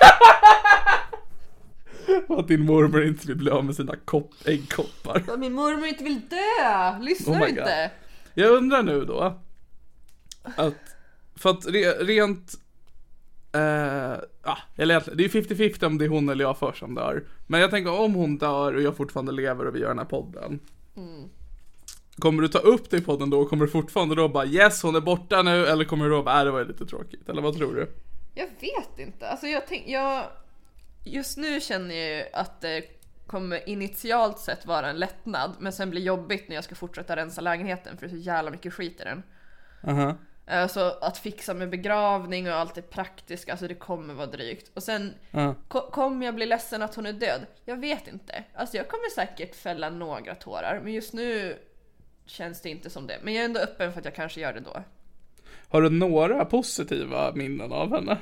Att din mormor inte vill bli av med sina kopp, äggkoppar. Att min mormor inte vill dö. Lyssna oh inte. Jag undrar nu då att, för att re, rent Uh, ah, eller det är fifty fifty om det är hon eller jag först som dör. Men jag tänker om hon dör och jag fortfarande lever och vi gör den här podden, mm. kommer du ta upp det i podden då och kommer du fortfarande då bara yes hon är borta nu, eller kommer du då bara äh, det var lite tråkigt, eller vad tror du? Jag vet inte, alltså jag tänk, jag just nu känner jag ju att det kommer initialt sett vara en lättnad, men sen blir jobbigt när jag ska fortsätta rensa lägenheten för det är så jävla mycket skit i den. Uh-huh. Alltså att fixa med begravning och allt det praktiska, alltså det kommer vara drygt. Och sen uh. ko- kommer jag bli ledsen att hon är död? Jag vet inte. Alltså jag kommer säkert fälla några tårar, men just nu känns det inte som det. Men jag är ändå öppen för att jag kanske gör det då. Har du några positiva minnen av henne?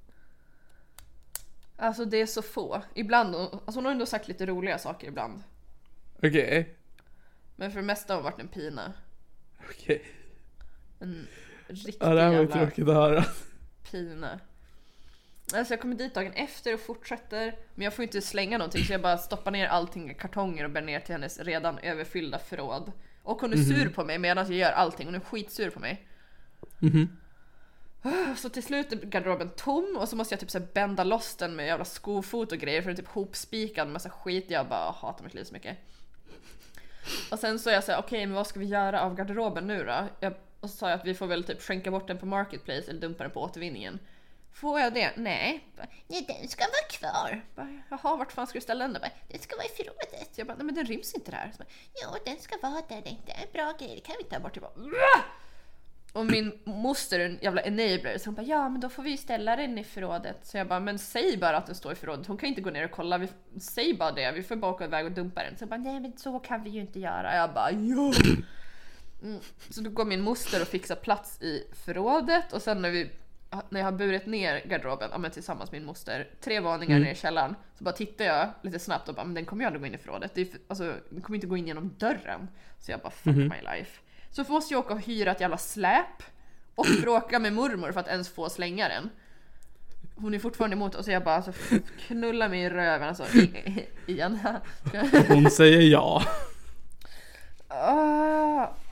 Alltså det är så få. Ibland, alltså hon har ändå sagt lite roliga saker ibland. Okej. Okay. Men för det mesta har hon varit en pina. Okej. Okay. En riktig ja, det här var ju tråkigt att höra. Pina. Alltså jag kommer dit dagen efter och fortsätter. Men jag får inte slänga någonting, så jag bara stoppar ner allting i kartonger och bär ner till hennes redan överfyllda förråd. Och hon är mm-hmm. sur på mig medan jag gör allting. Hon är skitsur på mig. Mhm. Så till slut är garderoben tom. Och så måste jag typ så här bända loss den med jävla skofot och grejer, för den är typ hopspikad med massa skit. Jag bara hatar mitt liv så mycket. Och sen så är jag så här, okej, okay, men vad ska vi göra av garderoben nu då? Jag, och så sa jag att vi får väl typ skänka bort den på Marketplace eller dumpa den på återvinningen. Får jag det? Nej. Nej, den ska vara kvar. Jaha, vart fan ska du ställa den då? Den ska vara i förrådet. Jag bara, nej men den ryms inte där. Så bara, ja, den ska vara där. Det är inte en bra grej. Det kan vi ta bort. Bara, och min moster är en jävla enabler. Så hon bara, ja men då får vi ställa den i förrådet. Så jag bara, men säg bara att den står i förrådet. Hon kan inte gå ner och kolla. Vi, säg bara det. Vi får bara åka iväg och dumpa den. Så jag bara, nej men så kan vi ju inte göra. Jag bara, jo. Mm. Så då går min moster och fixar plats i förrådet. Och sen när vi när jag har burit ner garderoben, ja, men tillsammans med min moster, tre våningar mm. ner i källaren, så bara tittar jag lite snabbt och bara, men den kommer ju aldrig gå in i förrådet. Det är för, alltså, den kommer inte gå in genom dörren. Så jag bara, fuck mm. my life. Så måste jag åka och hyra ett jävla släp och bråka med mormor för att ens få slänga den. Hon är fortfarande emot, och så jag bara, alltså, knulla mig i röven alltså, igen. Hon säger ja. Uh,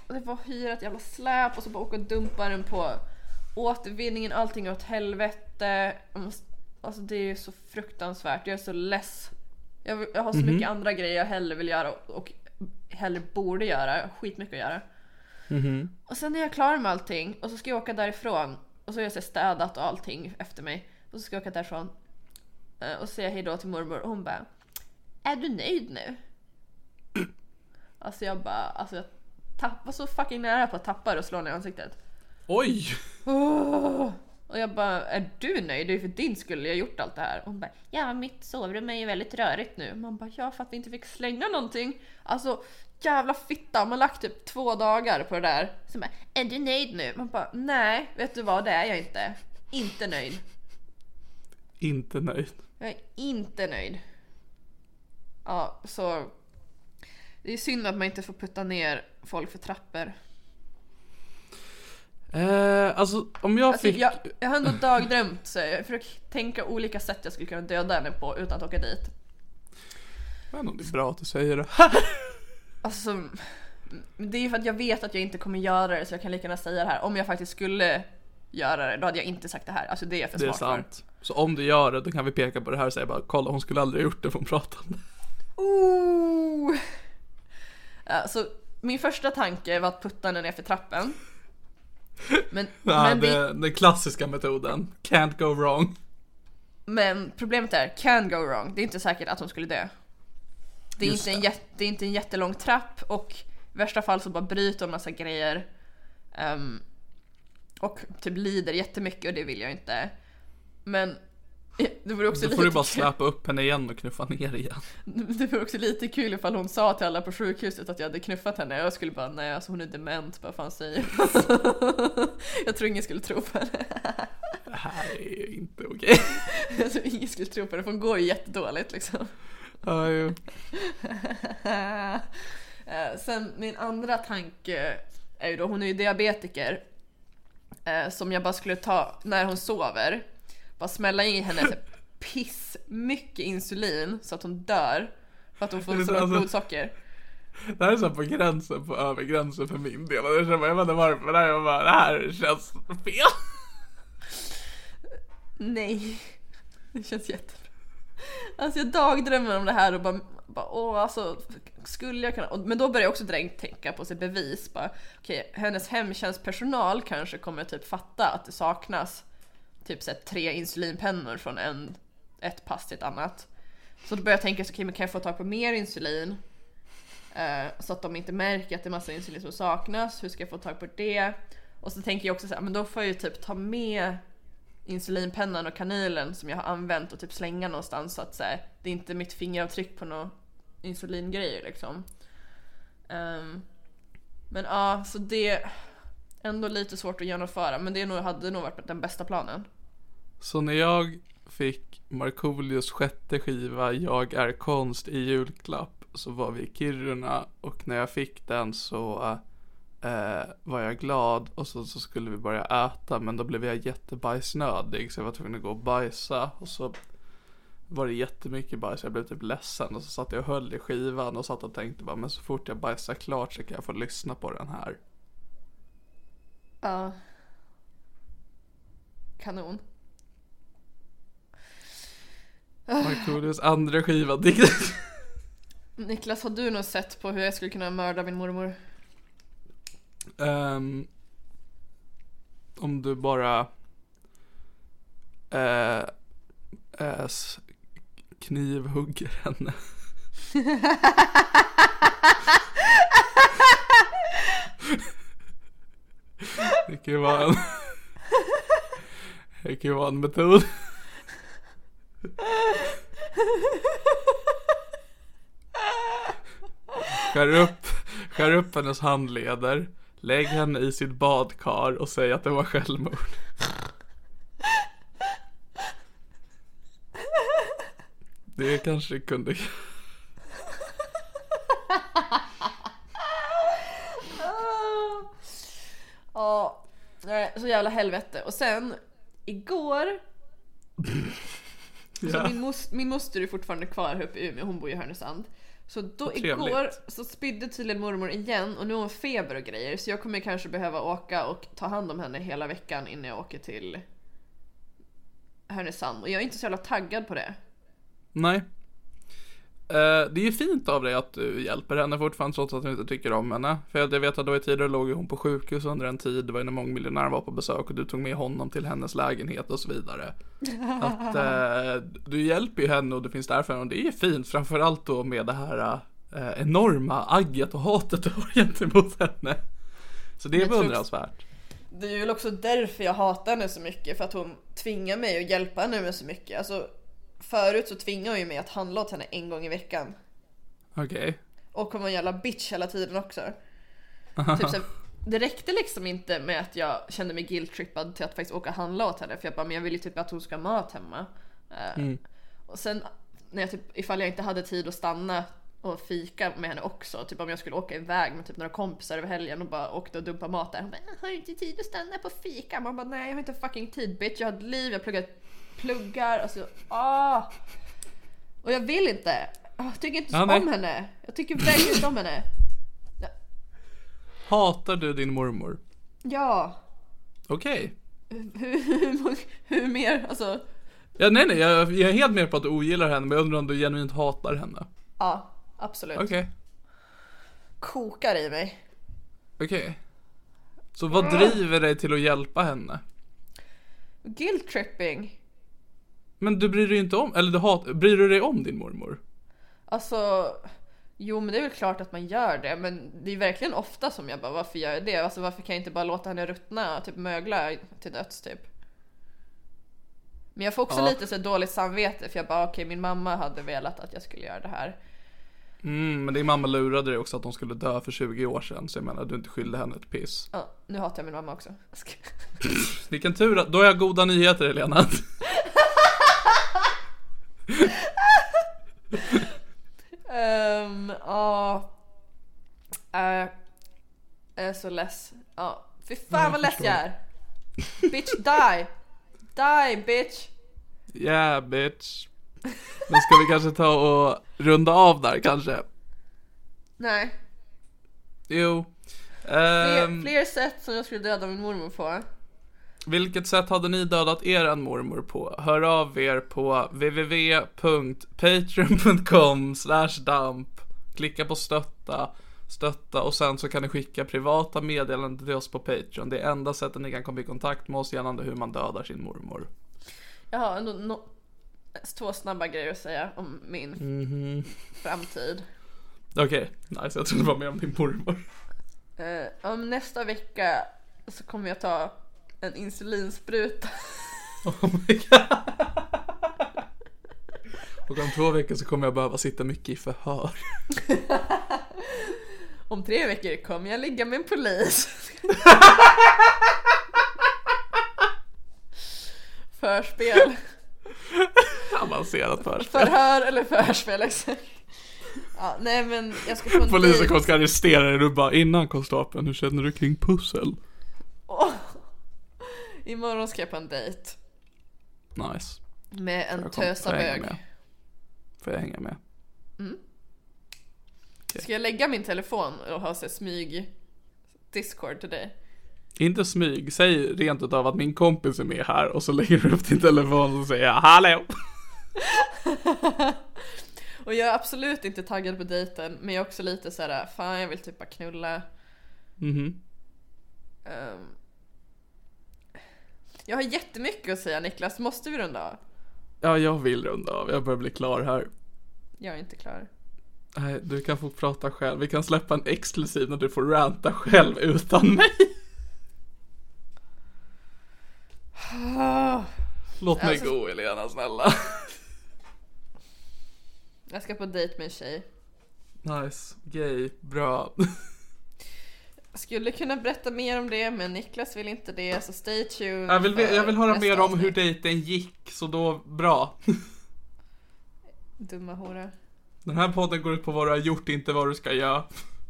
Och det var hyra ett jävla släp och så bara åka och dumpa den på återvinningen, allting är åt helvete. Jag måste, alltså det är så fruktansvärt, jag är så less. Jag, jag har så mm-hmm. mycket andra grejer jag hellre vill göra och, och hellre borde göra, skitmycket att göra. Mm-hmm. Och sen är jag klar med allting och så ska jag åka därifrån och så har jag så städat och allting efter mig och så ska jag åka därifrån och säga hej då till mormor och hon bara: är du nöjd nu? Alltså jag bara, alltså jag tapp, var så fucking nära på att tappa det och slå ner i ansiktet. Oj! Oh. Och jag bara, är du nöjd? Det är för din skull jag har gjort allt det här. Och hon bara, ja mitt sovrum är ju väldigt rörigt nu. Man bara, ja för att vi inte fick slänga någonting. Alltså, jävla fitta. Man har lagt typ två dagar på det där. Så bara, är du nöjd nu? Man bara, nej, vet du vad, det är jag inte. Inte nöjd. Inte nöjd. Jag är inte nöjd. Ja, så det är synd att man inte får putta ner folk för trappor. Eh, alltså om jag alltså, fick jag, jag har ändå dagdrömt så jag försöker tänka olika sätt jag skulle kunna döda henne på utan att åka dit. Men det är bra att du säger det. Alltså det är ju för att jag vet att jag inte kommer göra det, så jag kan lika gärna säga det här. Om jag faktiskt skulle göra det, då hade jag inte sagt det här. Alltså det är jag för det är smart sant. För. Så om du gör det, då kan vi peka på det här och säga bara, kolla hon skulle aldrig ha gjort det från pratande. Ooh. Ja, så min första tanke var att putta henne ner för trappen. Men, ja, men det, vi... den klassiska metoden. Can't go wrong. Men problemet är, can go wrong. Det är inte säkert att hon skulle dö. Det är, inte en, jät- det är inte en jättelång trapp. Och i värsta fall så bara bryter en massa grejer. Um, och typ lider jättemycket, och det vill jag inte. Men det vore också då lite får du bara släppa upp henne igen och knuffa ner igen. Det var också lite kul ifall hon sa till alla på sjukhuset att jag hade knuffat henne. Jag skulle bara, nej alltså hon är dement, vad fan säger jag tror ingen skulle tro på henne. Det här är inte okej. Jag tror ingen skulle tro på henne, för hon går ju jättedåligt liksom. Ja, ju. Sen min andra tanke är ju då, hon är ju diabetiker, som jag bara skulle ta när hon sover. Bara smälla in henne piss mycket insulin så att hon dör för att hon får så alltså, blodsocker. Det här är så på gränsen på övergränsen för min del. Jag känner, jag vet inte varför det här, jag bara, det här känns fel. Nej, det känns jättebra. Alltså jag dagdrömmer om det här och bara, bara åh alltså skulle jag kunna, men då börjar jag också direkt tänka på sig bevis. Bara, okej, hennes hemtjänstpersonal kanske kommer typ fatta att det saknas typ så här, tre insulinpennor från en, ett pass till ett annat. Så då börjar jag tänka så okay, men kan jag få tag på mer insulin eh, så att de inte märker att det är massa insulin som saknas. Hur ska jag få tag på det? Och så tänker jag också så här, men då får jag ju typ ta med insulinpennan och kanylen som jag har använt och typ slänga någonstans så att så här, det är inte mitt fingeravtryck på någon insulingrejer liksom. Um, men ja, så det är ändå lite svårt att genomföra, men det nog, hade nog varit den bästa planen. Så när jag fick Markoolios sjätte skiva Jag är konst i julklapp så var vi i Kiruna, och när jag fick den så eh, var jag glad, och så, så skulle vi börja äta, men då blev jag jättebajsnödig så jag var tvungen att gå och bajsa, och så var det jättemycket bajs, jag blev typ ledsen, och så satt jag och höll i skivan och satt och tänkte bara, men så fort jag bajsar klart så kan jag få lyssna på den här. Ja. Kanon. Markoolios andra skiva. Niklas, har du något sätt på hur jag skulle kunna mörda min mormor? Um, om du bara uh, uh, knivhugger henne. Det kan ju vara en Det kan ju vara en metod. Skär upp Skär upp hennes handleder, lägg henne i sitt badkar och säg att det var självmord. Det kanske kunde. Ja, nej, så jävla helvete. Och sen igår så ja. min, mos, min moster är fortfarande kvar här uppe i Umeå. Hon bor i Härnösand. Så då igår så spydde tydligen mormor igen och nu har hon feber och grejer. Så jag kommer kanske behöva åka och ta hand om henne hela veckan innan jag åker till Härnösand. Och jag är inte så jävla taggad på det. Nej. Uh, det är ju fint av dig att du hjälper henne fortfarande trots att du inte tycker om henne. För jag vet att då i tidigare låg hon på sjukhus under en tid. Det var när mångmiljonären var på besök och du tog med honom till hennes lägenhet och så vidare. Att uh, du hjälper ju henne och det finns därför. Och det är ju fint, framförallt då med det här uh, enorma agget och hatet du har gentemot henne. Så det är beundransvärt. Det är ju också därför jag hatar henne så mycket. För att hon tvingar mig att hjälpa henne med så mycket. Alltså förut så tvingar hon ju mig att handla åt henne en gång i veckan. Okej. Okay. Och hon var en jävla bitch hela tiden också. Typ så, det räckte liksom inte med att jag kände mig guilt-trippad till att faktiskt åka och handla åt henne. För jag bara, men jag vill ju typ att hon ska ha mat hemma. Mm. Och sen när jag typ, ifall jag inte hade tid att stanna och fika med henne också. Typ om jag skulle åka iväg med typ några kompisar över helgen och bara åkte och dumpa mat där. Hon bara, har du inte tid att stanna på fika? Man bara, nej jag har inte fucking tid bitch. Jag har ett liv, jag pluggar pluggar alltså, ah. Och jag vill inte. Jag tycker inte så ja, om henne. Jag tycker verkligen inte om henne. Ja. Hatar du din mormor? Ja. Okej. Okay. Hur, hur, hur mer? Alltså... Ja, nej, nej. Jag, jag är helt med på att du ogillar henne. Men jag undrar om du genuint hatar henne. Ja, absolut. Okej. Okay. Kokar i mig. Okej. Okay. Så vad mm. driver dig till att hjälpa henne? Guilt tripping. Men du bryr dig inte om, eller du hat, bryr du dig om din mormor? Alltså, jo men det är väl klart att man gör det. Men det är verkligen ofta som jag bara, varför gör jag det? Alltså varför kan jag inte bara låta henne ruttna, typ mögla till döds typ? Men jag får också ja. lite så dåligt samvete. För jag bara, okej okay, min mamma hade velat att jag skulle göra det här. Mm, men din mamma lurade dig också att hon skulle dö för tjugo år sedan. Så jag menar, du inte skyllde henne ett piss. Ja, nu hatar jag min mamma också. Vilken tur, då är jag goda nyheter Helena. um, ja uh, uh, Jag är så less. Ja, uh, fy fan jag vad less jag är. Bitch, die. Die, bitch. Yeah, bitch. Men ska vi kanske ta och runda av där, kanske? Nej. Jo um, fler, fler sätt som jag skulle döda min mormor på. Vilket sätt hade ni dödat er mormor på? Hör av er på w w w punkt patreon punkt com slash dump. Klicka på stötta, stötta och sen så kan ni skicka privata meddelanden till oss på Patreon. Det är enda sättet ni kan komma i kontakt med oss gällande hur man dödar sin mormor. Jag har ändå no- två snabba grejer att säga om min mm-hmm. framtid. Okej, okay, nice. Jag trodde det var med om din mormor. Uh, om nästa vecka så kommer jag ta en insulinspruta. Oh my god. Och om två veckor så kommer jag behöva sitta mycket i förhör. Om tre veckor kommer jag ligga med en polis. Förspel. Avancerat förspel. Förhör eller förspel exakt. Ja, nej men jag ska få en polisen kommer ska arrestera dig. Du bara, innan konstapeln, hur känner du kring pussel? Oh. Imorgon ska jag på en dejt. Nice. Med en tösa bög. Får jag hänga med? Mm. Okay. Ska jag lägga min telefon och ha sig smyg Discord till dig? Inte smyg, säg rent utav att min kompis är med här. Och så lägger du upp din telefon och säger hallå. Och jag är absolut inte taggad på dejten. Men jag är också lite så här, fan jag vill typ bara knulla. Mhm. um, Jag har jättemycket att säga Niklas, måste vi runda av? Ja, jag vill runda av, jag börjar bli klar här. Jag är inte klar. Nej, du kan få prata själv. Vi kan släppa en exklusiv när du får ranta själv utan mig. Låt mig alltså... gå Elena, snälla. Jag ska på dejt med en tjej. Nice, gay, bra. Jag skulle kunna berätta mer om det, men Niklas vill inte det, så stay tuned. Jag vill, jag vill höra mer om hur dejten gick, så då, bra. Dumma hora. Den här podden går ut på vad du har gjort, inte vad du ska göra.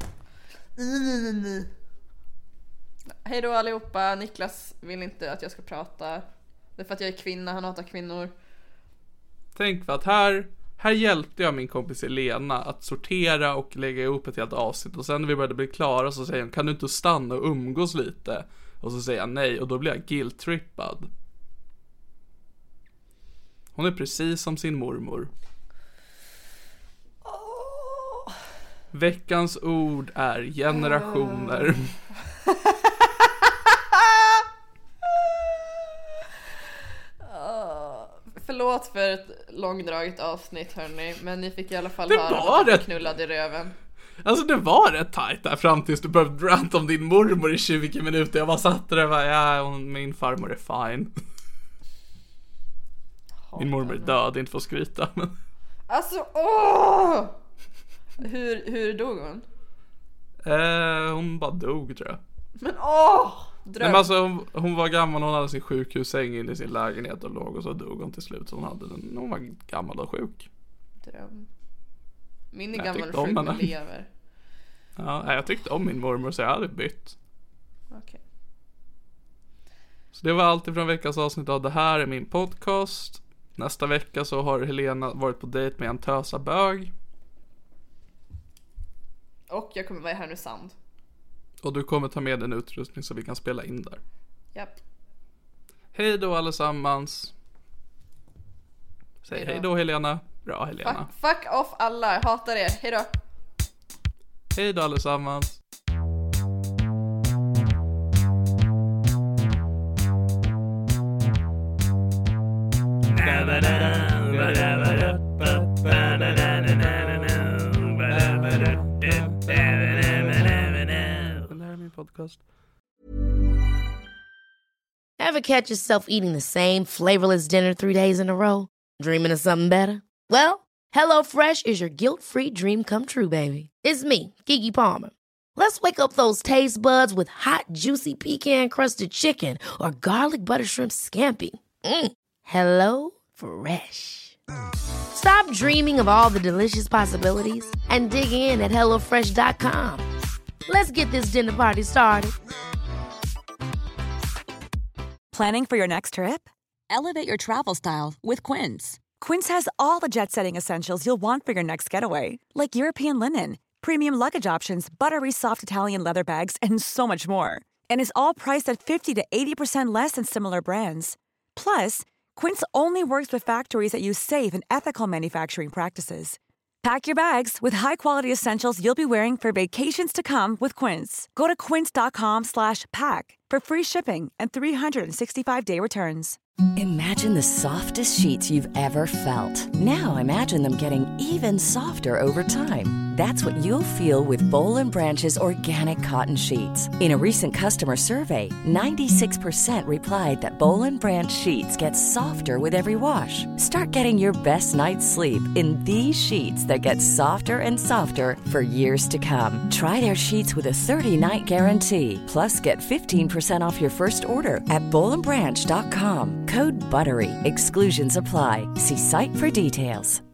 Mm. Hej då allihopa, Niklas vill inte att jag ska prata. Det är för att jag är kvinna, han hatar kvinnor. Tänk för att här Här hjälpte jag min kompis Elena att sortera och lägga ihop ett helt avsnitt. Och sen när vi började bli klara så säger hon, kan du inte stanna och umgås lite? Och så säger jag nej, och då blir jag guilt-trippad. Hon är precis som sin mormor. Oh. Veckans ord är generationer. Oh. Förlåt för ett långdraget avsnitt, hörni, men ni fick i alla fall det höra var att rätt... knullade i röven. Alltså det var rätt tajt där fram tills du började ranta om din mormor i tjugo minuter. Jag bara satt där och bara, ja, hon, min farmor är fine. Min mormor är död, inte för att skryta, men... Alltså, åh! Hur, hur dog hon? Eh, hon bara dog, tror jag. Men åh! Dröm. Nej, men alltså, hon, hon var gammal, hon hade sin sjukhussäng inne i sin lägenhet och låg, och så dog hon till slut. Så hon, hade, hon var gammal och sjuk. Dröm. Min är jag gammal och sjuk men lever. Ja, jag tyckte om min mormor så jag hade bytt. Okej. Okay. Så det var allt ifrån veckans avsnitt av Det här är min podcast. Nästa vecka så har Helena varit på dejt med en tösa bög. Och jag kommer vara i Härnösand. Och du kommer ta med en utrustning så vi kan spela in där. Japp. Hej då allesammans. Säg hej då Helena. Bra Helena. Fuck, fuck off alla, jag hatar er. Hej då. Hej då allesammans. Podcast. Ever catch yourself eating the same flavorless dinner three days in a row? Dreaming of something better? Well, HelloFresh is your guilt-free dream come true, baby. It's me, Keke Palmer. Let's wake up those taste buds with hot, juicy pecan-crusted chicken or garlic butter shrimp scampi. Mm. Hello Fresh. Stop dreaming of all the delicious possibilities and dig in at hello fresh dot com. Let's get this dinner party started. Planning for your next trip? Elevate your travel style with Quince. Quince has all the jet-setting essentials you'll want for your next getaway, like European linen, premium luggage options, buttery soft Italian leather bags, and so much more. And is all priced at fifty to eighty percent less than similar brands. Plus, Quince only works with factories that use safe and ethical manufacturing practices. Pack your bags with high-quality essentials you'll be wearing for vacations to come with Quince. Go to quince dot com slash pack for free shipping and three sixty-five day returns. Imagine the softest sheets you've ever felt. Now imagine them getting even softer over time. That's what you'll feel with Boll and Branch's organic cotton sheets. In a recent customer survey, ninety-six percent replied that Boll and Branch sheets get softer with every wash. Start getting your best night's sleep in these sheets that get softer and softer for years to come. Try their sheets with a thirty-night guarantee. Plus, get fifteen percent off your first order at boll and branch dot com. Code BUTTERY. Exclusions apply. See site for details.